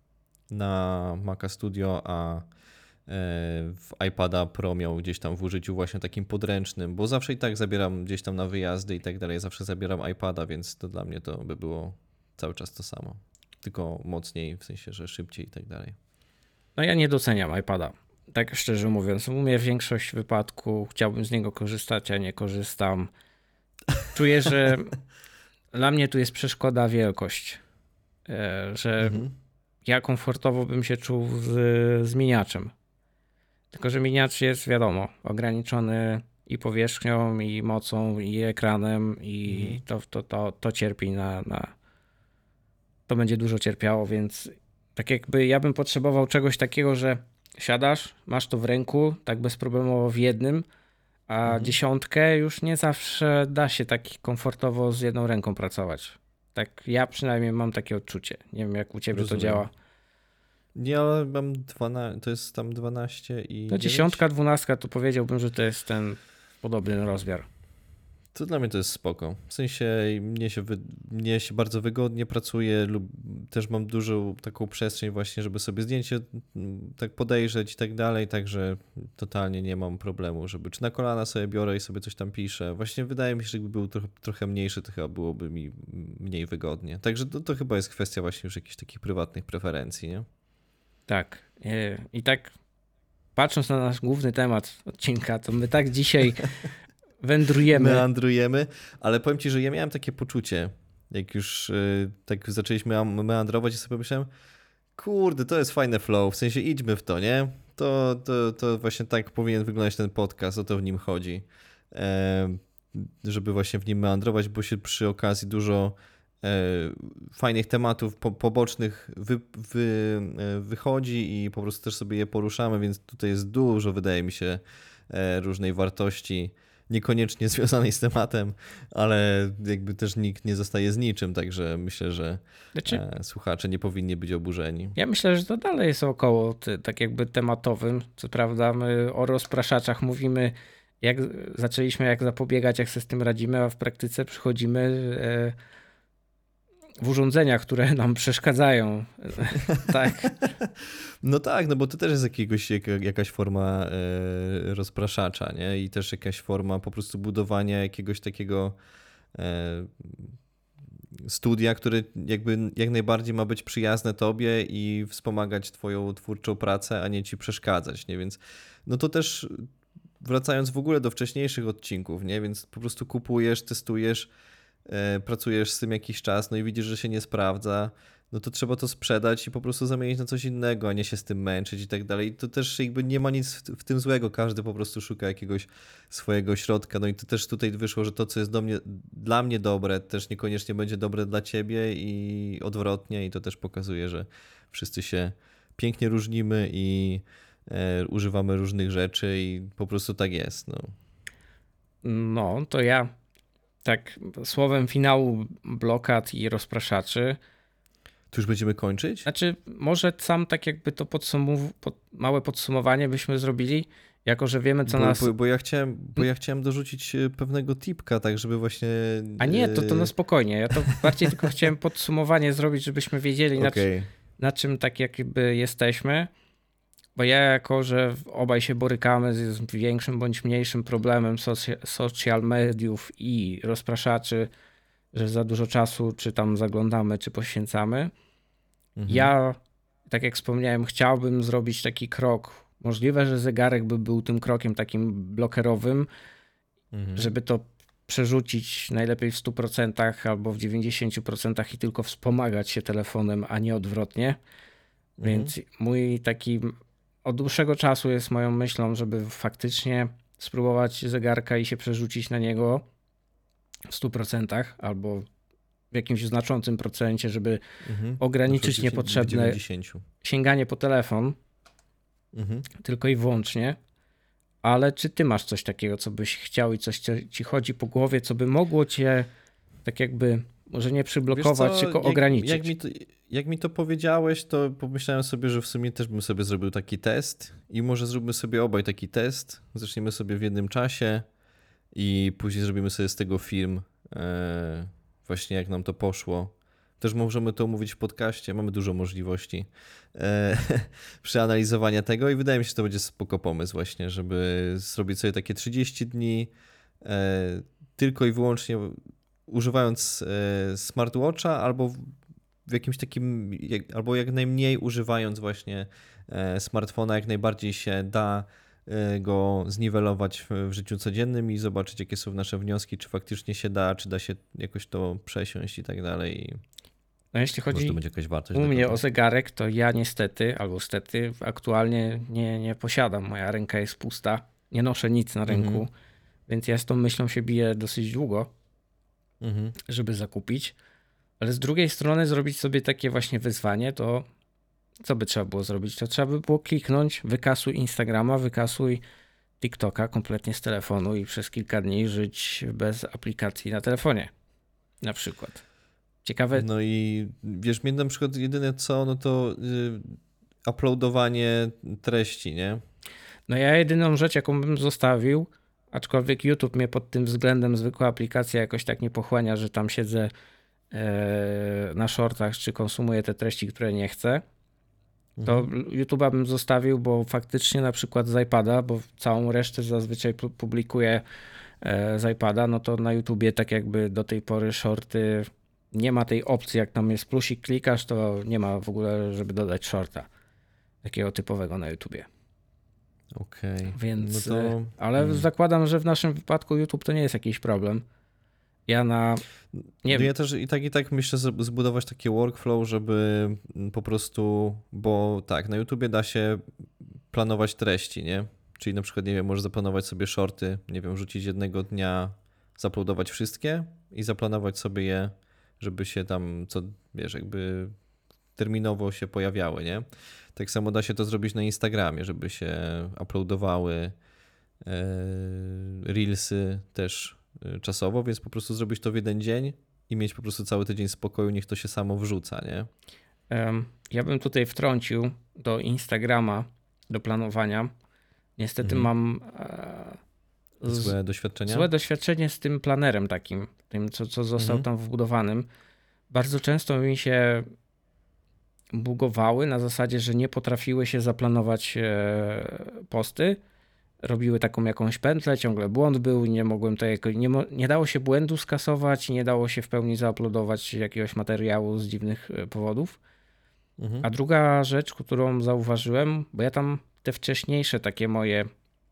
na Maca Studio, a w iPada Pro miał gdzieś tam w użyciu właśnie takim podręcznym, bo zawsze i tak zabieram gdzieś tam na wyjazdy i tak dalej, zawsze zabieram iPada, więc to dla mnie to by było cały czas to samo, tylko mocniej, w sensie, że szybciej i tak dalej. No ja nie doceniam iPada, tak szczerze mówiąc. U mnie większość wypadku chciałbym z niego korzystać, a nie korzystam. Czuję, że dla mnie tu jest przeszkoda wielkość, że Mhm. ja komfortowo bym się czuł z zmieniaczem. Tylko że miniacz jest, wiadomo, ograniczony i powierzchnią, i mocą, i ekranem, i Mhm. to, to, to, to cierpi na, na... To będzie dużo cierpiało, więc tak jakby ja bym potrzebował czegoś takiego, że siadasz, masz to w ręku, tak bezproblemowo w jednym, a Mhm. dziesiątkę już nie zawsze da się tak komfortowo z jedną ręką pracować. Tak ja przynajmniej mam takie odczucie. Nie wiem, jak u ciebie Rozumiem. to działa. Nie, ale mam dwanaście, to jest tam dwanaście i No dziewięć. dziesiątka, dwunastka to powiedziałbym, że to jest ten podobny rozmiar. To dla mnie to jest spoko. W sensie mnie się, wy, mnie się bardzo wygodnie pracuje lub też mam dużą taką przestrzeń właśnie, żeby sobie zdjęcie mm, tak podejrzeć i tak dalej, także totalnie nie mam problemu, żeby czy na kolana sobie biorę i sobie coś tam piszę. Właśnie wydaje mi się, że jakby był trochę, trochę mniejszy, to chyba byłoby mi mniej wygodnie. Także to, to chyba jest kwestia właśnie już jakichś takich prywatnych preferencji, nie? Tak. I tak patrząc na nasz główny temat odcinka, to my tak dzisiaj wędrujemy. Meandrujemy, ale powiem ci, że ja miałem takie poczucie, jak już yy, tak zaczęliśmy meandrować i sobie pomyślałem, kurde, to jest fajne flow, w sensie idźmy w to, nie? To, to, to właśnie tak powinien wyglądać ten podcast, o to w nim chodzi. E, żeby właśnie w nim meandrować, bo się przy okazji dużo e, fajnych tematów po, pobocznych wy, wy, e, wychodzi i po prostu też sobie je poruszamy, więc tutaj jest dużo, wydaje mi się, e, różnej wartości, niekoniecznie związanej z tematem, ale jakby też nikt nie zostaje z niczym, także myślę, że Znaczy, e, słuchacze nie powinni być oburzeni. ja myślę, że to dalej jest około ty, tak jakby tematowym. Co prawda my o rozpraszaczach mówimy, jak zaczęliśmy, jak zapobiegać, jak sobie z tym radzimy, a w praktyce przychodzimy e, w urządzeniach, które nam przeszkadzają. Tak. No tak, no bo to też jest jakiegoś, jaka, jakaś forma e, rozpraszacza, nie? I też jakaś forma po prostu budowania jakiegoś takiego e, studia, które jakby jak najbardziej ma być przyjazne tobie i wspomagać twoją twórczą pracę, a nie ci przeszkadzać, nie? Więc no to też wracając w ogóle do wcześniejszych odcinków, nie? Więc po prostu kupujesz, testujesz, e, pracujesz z tym jakiś czas, no i widzisz, że się nie sprawdza, no to trzeba to sprzedać i po prostu zamienić na coś innego, a nie się z tym męczyć i tak dalej. I to też jakby nie ma nic w, w tym złego, każdy po prostu szuka jakiegoś swojego środka, no i to też tutaj wyszło, że to, co jest do mnie, dla mnie dobre, też niekoniecznie będzie dobre dla ciebie i odwrotnie i to też pokazuje, że wszyscy się pięknie różnimy i e, używamy różnych rzeczy i po prostu tak jest, no. No, to ja tak słowem finału blokad i rozpraszaczy. Tu już będziemy kończyć? Znaczy, może sam tak jakby to podsumów- pod, małe podsumowanie byśmy zrobili, jako że wiemy, co bo, nas... bo, bo, ja chciałem, bo ja chciałem dorzucić pewnego tipka, tak żeby właśnie... A nie, to, to no spokojnie. Ja to bardziej tylko chciałem podsumowanie zrobić, żebyśmy wiedzieli, na, okay. czy, na czym tak jakby jesteśmy. Bo ja jako, że obaj się borykamy z większym bądź mniejszym problemem socja- social mediów i rozpraszaczy, że za dużo czasu czy tam zaglądamy, czy poświęcamy. Mhm. Ja, tak jak wspomniałem, chciałbym zrobić taki krok. Możliwe, że zegarek by był tym krokiem takim blokerowym, Mhm. żeby to przerzucić najlepiej w stu procentach albo w dziewięćdziesięciu procentach i tylko wspomagać się telefonem, a nie odwrotnie. Mhm. Więc mój taki od dłuższego czasu jest moją myślą, żeby faktycznie spróbować zegarka i się przerzucić na niego w stu procentach albo w jakimś znaczącym procencie, żeby Mhm. ograniczyć niepotrzebne dziewięćdziesiąt. sięganie po telefon, Mhm. tylko i wyłącznie. Ale czy ty masz coś takiego, co byś chciał i coś ci chodzi po głowie, co by mogło cię tak jakby może nie przyblokować, tylko jak, ograniczyć? Jak mi, to, jak mi to powiedziałeś, to pomyślałem sobie, że w sumie też bym sobie zrobił taki test i może zróbmy sobie obaj taki test. Zaczniemy sobie w jednym czasie i później zrobimy sobie z tego film, e, właśnie jak nam to poszło. Też możemy to omówić w podcaście, mamy dużo możliwości e, przeanalizowania tego i wydaje mi się, że to będzie spoko pomysł właśnie, żeby zrobić sobie takie trzydzieści dni e, tylko i wyłącznie używając e, smartwatcha albo w jakimś takim, jak, albo jak najmniej używając właśnie e, smartfona jak najbardziej się da e, go zniwelować w, w życiu codziennym i zobaczyć, jakie są nasze wnioski, czy faktycznie się da, czy da się jakoś to przesiąść i tak dalej. I No jeśli może chodzi to będzie jakaś wartość u dla mnie o kogoś. zegarek, to ja niestety, albo stety, aktualnie nie, nie posiadam. Moja ręka jest pusta, nie noszę nic na ręku, Mhm. więc ja z tą myślą się biję dosyć długo, Mhm. żeby zakupić. Ale z drugiej strony zrobić sobie takie właśnie wyzwanie, to co by trzeba było zrobić? To trzeba by było kliknąć, wykasuj Instagrama, wykasuj TikToka kompletnie z telefonu i przez kilka dni żyć bez aplikacji na telefonie. Na przykład. Ciekawe. No i wiesz, mnie na przykład jedyne co, no to y, uploadowanie treści, nie? No ja jedyną rzecz, jaką bym zostawił, aczkolwiek YouTube mnie pod tym względem, zwykła aplikacja jakoś tak nie pochłania, że tam siedzę e, na shortach, czy konsumuję te treści, które nie chcę, to Mhm. YouTube'a bym zostawił, bo faktycznie na przykład z iPada, bo całą resztę zazwyczaj pu- publikuję e, z iPada, no to na YouTubie tak jakby do tej pory shorty nie ma tej opcji, jak tam jest plusik, klikasz, to nie ma w ogóle, żeby dodać shorta takiego typowego na YouTubie. Okej. Więc, No to, e, ale mm. zakładam, że w naszym wypadku YouTube to nie jest jakiś problem. Ja na, nie No wiem, ja też i tak i tak myślę z- zbudować takie workflow, żeby mm, po prostu, bo tak, na YouTubie da się planować treści, nie? Czyli na przykład, nie wiem, możesz zaplanować sobie shorty, nie wiem, rzucić jednego dnia, zaploadować wszystkie i zaplanować sobie je, żeby się tam, co wiesz, jakby terminowo się pojawiały, nie? Tak samo da się to zrobić na Instagramie, żeby się uploadowały e, reelsy też e, czasowo, więc po prostu zrobić to w jeden dzień i mieć po prostu cały tydzień spokoju, niech to się samo wrzuca, nie? em, ja bym tutaj wtrącił do Instagrama, do planowania. Niestety Mhm. mam e, z, Złe doświadczenia? złe doświadczenie z tym planerem takim, tym co, co został Mhm. tam wbudowanym. Bardzo często mi się bugowały na zasadzie, że nie potrafiły się zaplanować e, posty. Robiły taką jakąś pętlę, ciągle błąd był, nie mogłem to jako, nie, mo- nie dało się błędu skasować, nie dało się w pełni zauploadować jakiegoś materiału z dziwnych e, powodów. Mhm. A druga rzecz, którą zauważyłem, bo ja tam te wcześniejsze takie moje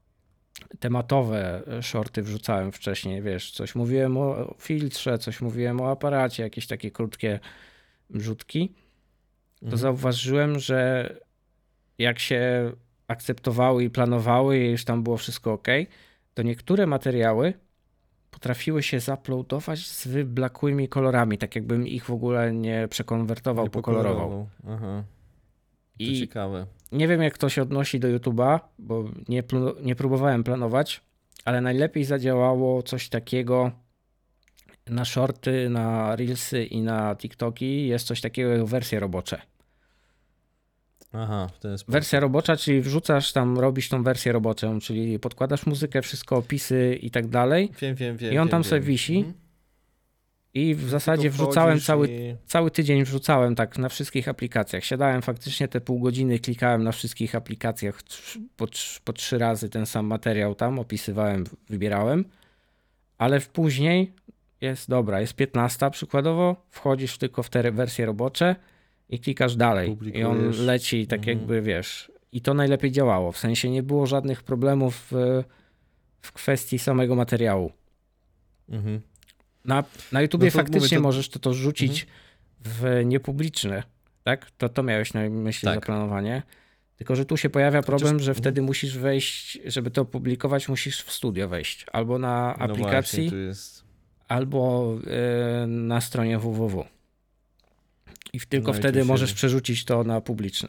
tematowe e, shorty wrzucałem wcześniej, wiesz, coś mówiłem o filtrze, coś mówiłem o aparacie, jakieś takie krótkie wrzutki, to Mhm. zauważyłem, że jak się akceptowały i planowały i już tam było wszystko ok, to niektóre materiały potrafiły się zaploadować z wyblakłymi kolorami, tak jakbym ich w ogóle nie przekonwertował, Nie pokolorował. pokolorował. Aha. To I ciekawe. nie wiem, jak to się odnosi do YouTube'a, bo nie, pl- nie próbowałem planować, ale najlepiej zadziałało coś takiego na shorty, na reelsy i na TikToki. Jest coś takiego jak wersje robocze. Aha, w ten sposób. Wersja robocza, czyli wrzucasz tam, robisz tą wersję roboczą, czyli podkładasz muzykę, wszystko, opisy i tak dalej. Wiem, wiem, wiem. I on wiem, tam wiem. sobie wisi. Mhm. I w Tylko zasadzie wrzucałem wchodzisz cały, i- cały tydzień wrzucałem tak na wszystkich aplikacjach. Siadałem faktycznie te pół godziny, klikałem na wszystkich aplikacjach trz- po, trz- po trzy razy ten sam materiał tam, opisywałem, wybierałem. Ale w później jest dobra, jest piętnasta przykładowo, wchodzisz tylko w te wersje robocze i klikasz dalej. I on Publikujesz. leci tak Mhm. jakby, wiesz, i to najlepiej działało. W sensie nie było żadnych problemów w, w kwestii samego materiału. Mhm. Na, na YouTubie No to faktycznie mówię, to- możesz to, to rzucić w niepubliczne, tak? To, to miałeś na myśli Tak. zaplanowanie. Tylko, że tu się pojawia problem, że mhm. wtedy musisz wejść, żeby to opublikować, musisz w studio wejść. Albo na No aplikacji, właśnie, tu jest... albo y, na stronie www. I w, tylko No i tu wtedy się- możesz przerzucić to na publiczny.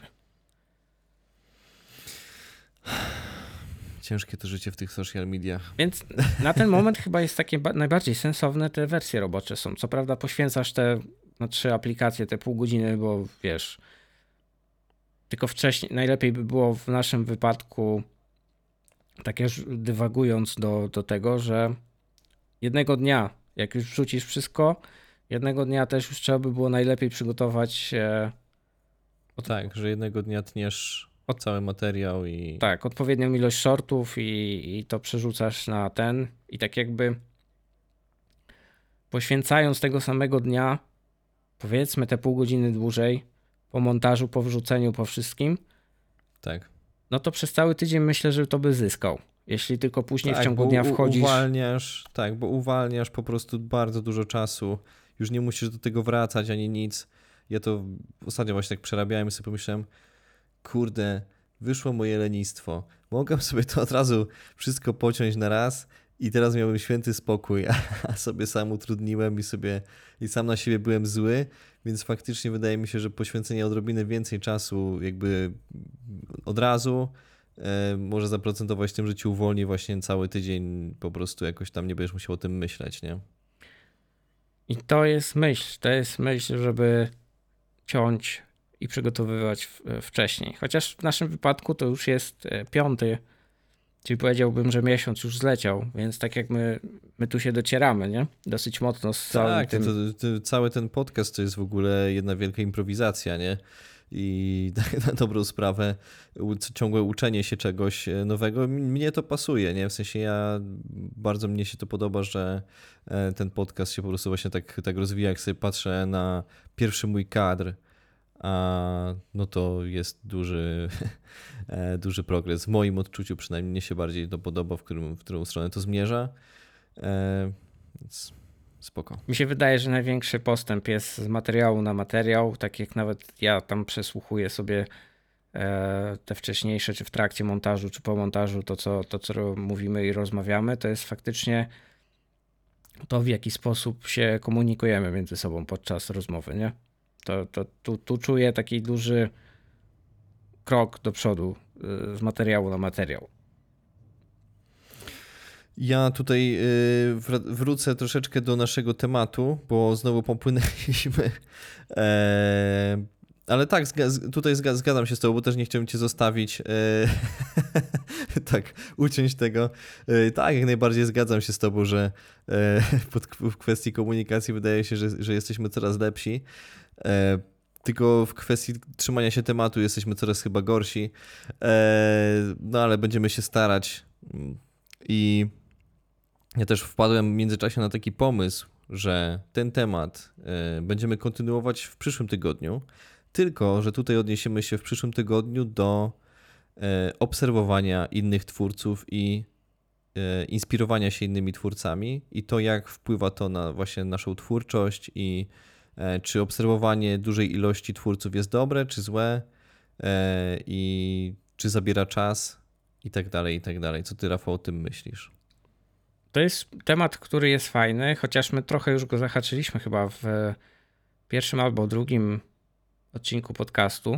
Ciężkie to życie w tych social mediach. Więc na ten moment chyba jest takie ba- najbardziej sensowne te wersje robocze są. Co prawda poświęcasz te na trzy aplikacje, te pół godziny, bo wiesz, tylko wcześniej, najlepiej by było w naszym wypadku, tak już dywagując do, do tego, że jednego dnia, jak już wrzucisz wszystko, jednego dnia też już trzeba by było najlepiej przygotować e, Tak, że jednego dnia tniesz Od- cały materiał i... tak, odpowiednią ilość shortów i, i to przerzucasz na ten i tak jakby poświęcając tego samego dnia, powiedzmy te pół godziny dłużej, po montażu, po wrzuceniu, po wszystkim, tak. no to przez cały tydzień myślę, że to by zyskał. Jeśli tylko później Tak, w ciągu bo dnia u- wchodzisz... Uwalniasz, tak, bo uwalniasz po prostu bardzo dużo czasu. Już nie musisz do tego wracać ani nic. Ja to ostatnio właśnie tak przerabiałem i sobie pomyślałem, kurde, wyszło moje lenistwo. Mogłem sobie to od razu wszystko pociąć na raz i teraz miałbym święty spokój, a sobie sam utrudniłem i sobie i sam na siebie byłem zły, więc faktycznie wydaje mi się, że poświęcenie odrobiny więcej czasu jakby od razu e, może zaprocentować tym, że ci uwolni właśnie cały tydzień, po prostu jakoś tam nie będziesz musiał o tym myśleć, nie? I to jest myśl, to jest myśl, żeby ciąć i przygotowywać w- wcześniej. Chociaż w naszym wypadku to już jest e, piąty, czyli powiedziałbym, że miesiąc już zleciał, więc tak jak my, my tu się docieramy, nie? Dosyć mocno z całym Tak, tym... to, to, to, cały ten podcast to jest w ogóle jedna wielka improwizacja, nie? I tak na dobrą sprawę u- ciągłe uczenie się czegoś nowego, m- mnie to pasuje, nie? W sensie ja, bardzo mnie się to podoba, że e, ten podcast się po prostu właśnie tak, tak rozwija, jak sobie patrzę na pierwszy mój kadr, a no to jest duży, e, duży progres. W moim odczuciu przynajmniej mnie się bardziej to podoba, w, którym, w którą stronę to zmierza. E, Więc spoko. Mi się wydaje, że największy postęp jest z materiału na materiał, tak jak nawet ja tam przesłuchuję sobie e, te wcześniejsze, czy w trakcie montażu, czy po montażu, to co, to co mówimy i rozmawiamy, to jest faktycznie to, w jaki sposób się komunikujemy między sobą podczas rozmowy, nie? To, to tu, tu czuję taki duży krok do przodu e, z materiału na materiał. Ja tutaj y, wr- wrócę troszeczkę do naszego tematu, bo znowu popłynęliśmy. E, ale tak, zga- tutaj zga- zgadzam się z tobą, bo też nie chciałem cię zostawić. E, tak, uciąć tego. E, tak, jak najbardziej zgadzam się z tobą, że e, pod, w kwestii komunikacji wydaje się, że, że jesteśmy coraz lepsi. E, tylko w kwestii trzymania się tematu jesteśmy coraz chyba gorsi. E, no ale będziemy się starać. I ja też wpadłem w międzyczasie na taki pomysł, że ten temat y, będziemy kontynuować w przyszłym tygodniu, tylko że tutaj odniesiemy się w przyszłym tygodniu do y, obserwowania innych twórców i y, inspirowania się innymi twórcami i to, jak wpływa to na właśnie naszą twórczość i y, czy obserwowanie dużej ilości twórców jest dobre, czy złe y, i czy zabiera czas i tak dalej, i tak dalej. Co ty, Rafał, o tym myślisz? To jest temat, który jest fajny, chociaż my trochę już go zahaczyliśmy chyba w pierwszym albo drugim odcinku podcastu.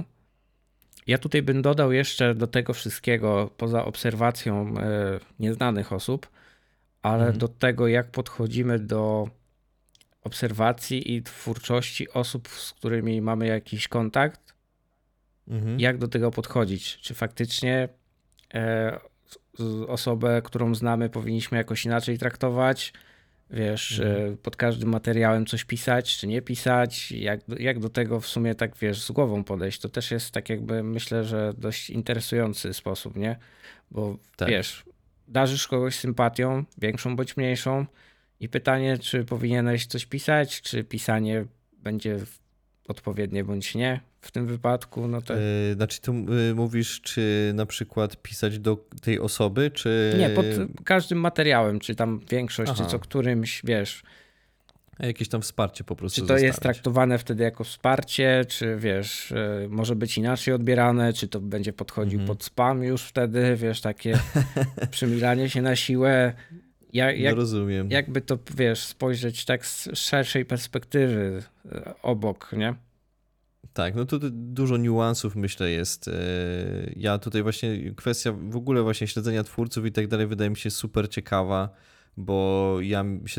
Ja tutaj bym dodał jeszcze do tego wszystkiego, poza obserwacją e, nieznanych osób, ale Mhm. do tego, jak podchodzimy do obserwacji i twórczości osób, z którymi mamy jakiś kontakt, Mhm. jak do tego podchodzić. Czy faktycznie e, z- osobę, którą znamy, powinniśmy jakoś inaczej traktować, wiesz, Mhm. e, pod każdym materiałem coś pisać, czy nie pisać, jak, jak do tego w sumie tak, wiesz, z głową podejść. To też jest tak jakby, myślę, że dość interesujący sposób, nie? Bo Tak. wiesz, darzysz kogoś sympatią, większą bądź mniejszą i pytanie, czy powinieneś coś pisać, czy pisanie będzie odpowiednie bądź nie w tym wypadku, no to... Yy, znaczy, tu yy, mówisz, czy na przykład pisać do tej osoby, czy... Nie, pod każdym materiałem, czy tam większość, Aha. czy co którymś, wiesz, Jakieś tam wsparcie po prostu czy to jest zostawić. traktowane wtedy jako wsparcie, czy wiesz, y, może być inaczej odbierane, czy to będzie podchodził Mhm. pod spam już wtedy, wiesz, takie przymilanie się na siłę. Ja, jak, No rozumiem. jakby to, wiesz, spojrzeć tak z szerszej perspektywy y, obok, nie? Tak, no tu dużo niuansów myślę jest. Yy, Ja tutaj właśnie kwestia w ogóle właśnie śledzenia twórców i tak dalej wydaje mi się super ciekawa, bo ja się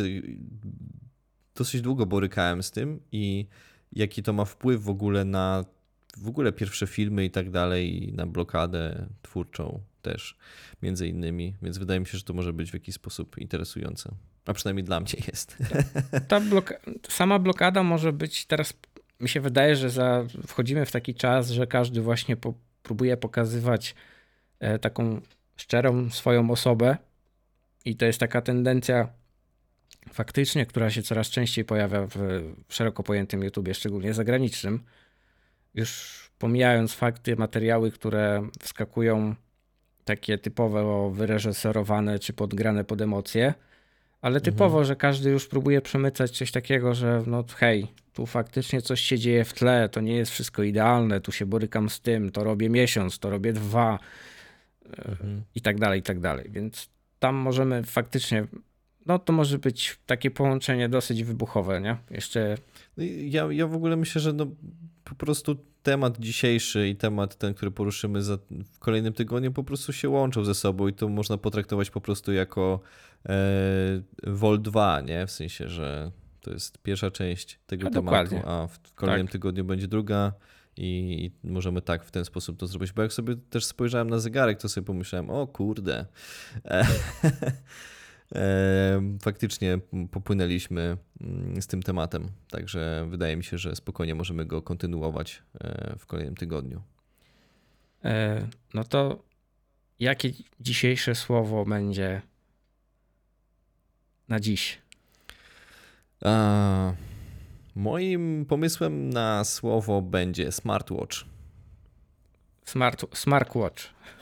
dosyć długo borykałem z tym i jaki to ma wpływ w ogóle na w ogóle pierwsze filmy i tak dalej i na blokadę twórczą też między innymi, więc wydaje mi się, że to może być w jakiś sposób interesujące. A przynajmniej dla mnie jest. Ta bloka- sama blokada może być teraz, mi się wydaje, że za, wchodzimy w taki czas, że każdy właśnie po, próbuje pokazywać e, taką szczerą swoją osobę i to jest taka tendencja faktycznie, która się coraz częściej pojawia w, w szeroko pojętym YouTubie, szczególnie zagranicznym, już pomijając fakty, materiały, które wskakują takie typowo wyreżyserowane czy podgrane pod emocje, ale typowo, Mhm. że każdy już próbuje przemycać coś takiego, że no hej, tu faktycznie coś się dzieje w tle, to nie jest wszystko idealne, tu się borykam z tym, to robię miesiąc, to robię dwa Mhm. i tak dalej, i tak dalej. Więc tam możemy faktycznie, no to może być takie połączenie dosyć wybuchowe, nie? Jeszcze No i ja, ja w ogóle myślę, że no po prostu temat dzisiejszy i temat ten, który poruszymy za, w kolejnym tygodniu po prostu się łączą ze sobą i to można potraktować po prostu jako e, Vol dwa, nie? W sensie, że to jest pierwsza część tego A, tematu, dokładnie. a w kolejnym Tak. tygodniu będzie druga i, i możemy tak w ten sposób to zrobić. Bo jak sobie też spojrzałem na zegarek, to sobie pomyślałem, o kurde, e, e, faktycznie popłynęliśmy mm, z tym tematem, także wydaje mi się, że spokojnie możemy go kontynuować e, w kolejnym tygodniu. E, no to jakie dzisiejsze słowo będzie na dziś? A, moim pomysłem na słowo będzie smartwatch. Smart, smartwatch.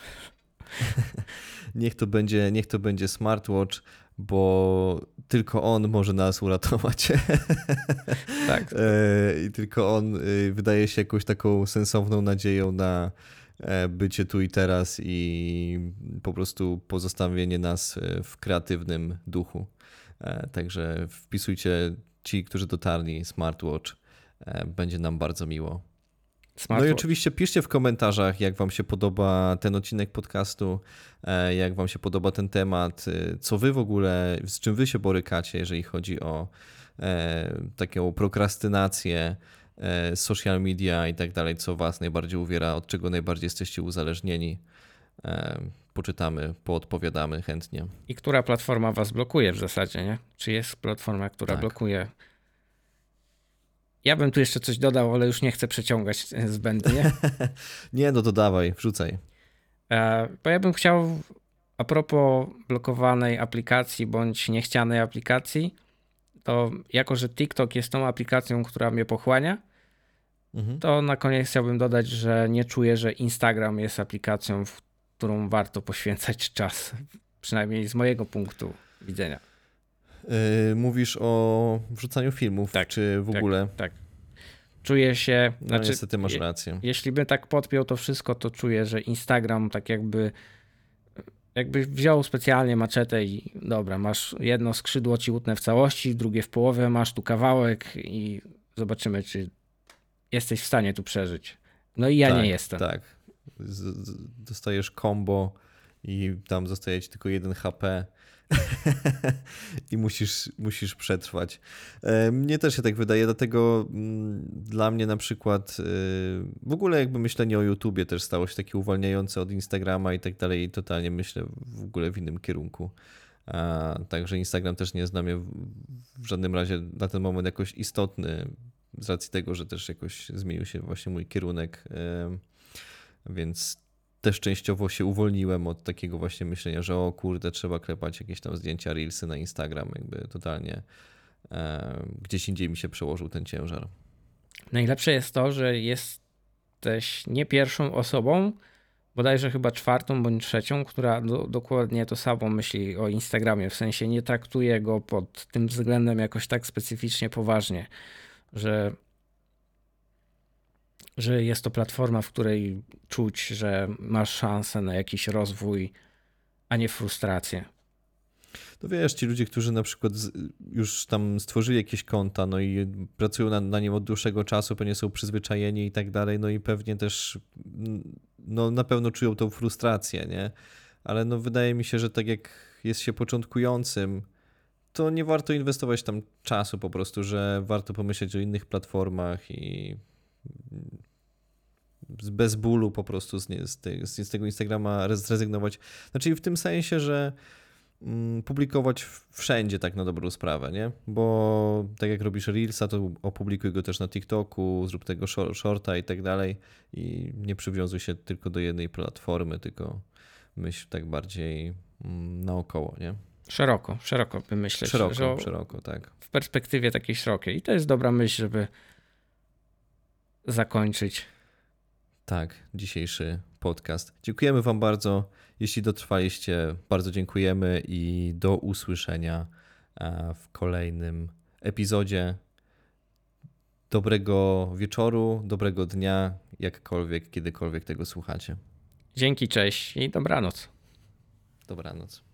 Niech to będzie, niech to będzie smartwatch, bo tylko on może nas uratować. Tak. E, I tylko on y, wydaje się jakąś taką sensowną nadzieją na e, bycie tu i teraz i po prostu pozostawienie nas e, w kreatywnym duchu. E, Także wpisujcie ci, którzy dotarli, smartwatch. E, Będzie nam bardzo miło. No i Smartwatch. oczywiście piszcie w komentarzach, jak wam się podoba ten odcinek podcastu, e, jak wam się podoba ten temat, e, co wy w ogóle, z czym wy się borykacie, jeżeli chodzi o e, taką prokrastynację, e, social media i tak dalej, co was najbardziej uwiera, od czego najbardziej jesteście uzależnieni. E, poczytamy, poodpowiadamy chętnie. I która platforma was blokuje w zasadzie, nie? Czy jest platforma, która Tak. blokuje? Ja bym tu jeszcze coś dodał, ale już nie chcę przeciągać zbędnie. Nie, no to dawaj, wrzucaj. E, Bo ja bym chciał a propos blokowanej aplikacji bądź niechcianej aplikacji, to jako, że TikTok jest tą aplikacją, która mnie pochłania, Mhm. to na koniec chciałbym dodać, że nie czuję, że Instagram jest aplikacją, w którą warto poświęcać czas. Przynajmniej z mojego punktu widzenia. Yy, mówisz o wrzucaniu filmów, Tak, czy w tak, ogóle? Tak. Czuję się... No Znaczy, niestety masz je- rację. Jeśli bym tak podpiął to wszystko, to czuję, że Instagram tak jakby jakby wziął specjalnie maczetę i dobra, masz jedno skrzydło ci utnę w całości, drugie w połowie, masz tu kawałek i zobaczymy, czy jesteś w stanie tu przeżyć. No i ja tak, nie jestem. Tak. Z, z, dostajesz combo i tam zostaje ci tylko jeden H P i musisz, musisz przetrwać. E, Mnie też się tak wydaje, dlatego mm, dla mnie na przykład y, w ogóle jakby myślenie o YouTubie też stało się takie uwalniające od Instagrama i tak dalej i totalnie myślę w ogóle w innym kierunku. A, także Instagram też nie jest dla mnie w, w żadnym razie na ten moment jakoś istotny z racji tego, że też jakoś zmienił się właśnie mój kierunek, e, więc też częściowo się uwolniłem od takiego właśnie myślenia, że o kurde, trzeba klepać jakieś tam zdjęcia, reelsy na Instagram, jakby totalnie e, gdzieś indziej mi się przełożył ten ciężar. Najlepsze jest to, że jesteś nie pierwszą osobą, bodajże chyba czwartą bądź trzecią, która do, dokładnie to samo myśli o Instagramie. W sensie nie traktuje go pod tym względem jakoś tak specyficznie poważnie, że, że jest to platforma, w której czuć, że masz szansę na jakiś rozwój, a nie frustrację. No wiesz, ci ludzie, którzy na przykład z, już tam stworzyli jakieś konta, no i pracują na, na nim od dłuższego czasu, pewnie są przyzwyczajeni i tak dalej, no i pewnie też no na pewno czują tą frustrację, nie? Ale no wydaje mi się, że tak jak jest się początkującym, to nie warto inwestować tam czasu po prostu, że warto pomyśleć o innych platformach i bez bólu po prostu z, nie, z, te, z tego Instagrama zrezygnować. Znaczy w tym sensie, że publikować wszędzie tak na dobrą sprawę, nie? Bo tak jak robisz Reelsa, to opublikuj go też na TikToku, zrób tego shorta i tak dalej i nie przywiązuj się tylko do jednej platformy, tylko myśl tak bardziej naokoło, nie? Szeroko, szeroko bym myśleć. Szeroko, że szeroko, tak. W perspektywie takiej szerokiej. I to jest dobra myśl, żeby zakończyć. Tak, dzisiejszy podcast. Dziękujemy Wam bardzo. Jeśli dotrwaliście, bardzo dziękujemy i do usłyszenia w kolejnym epizodzie. Dobrego wieczoru, dobrego dnia, jakkolwiek, kiedykolwiek tego słuchacie. Dzięki, cześć i dobranoc. Dobranoc.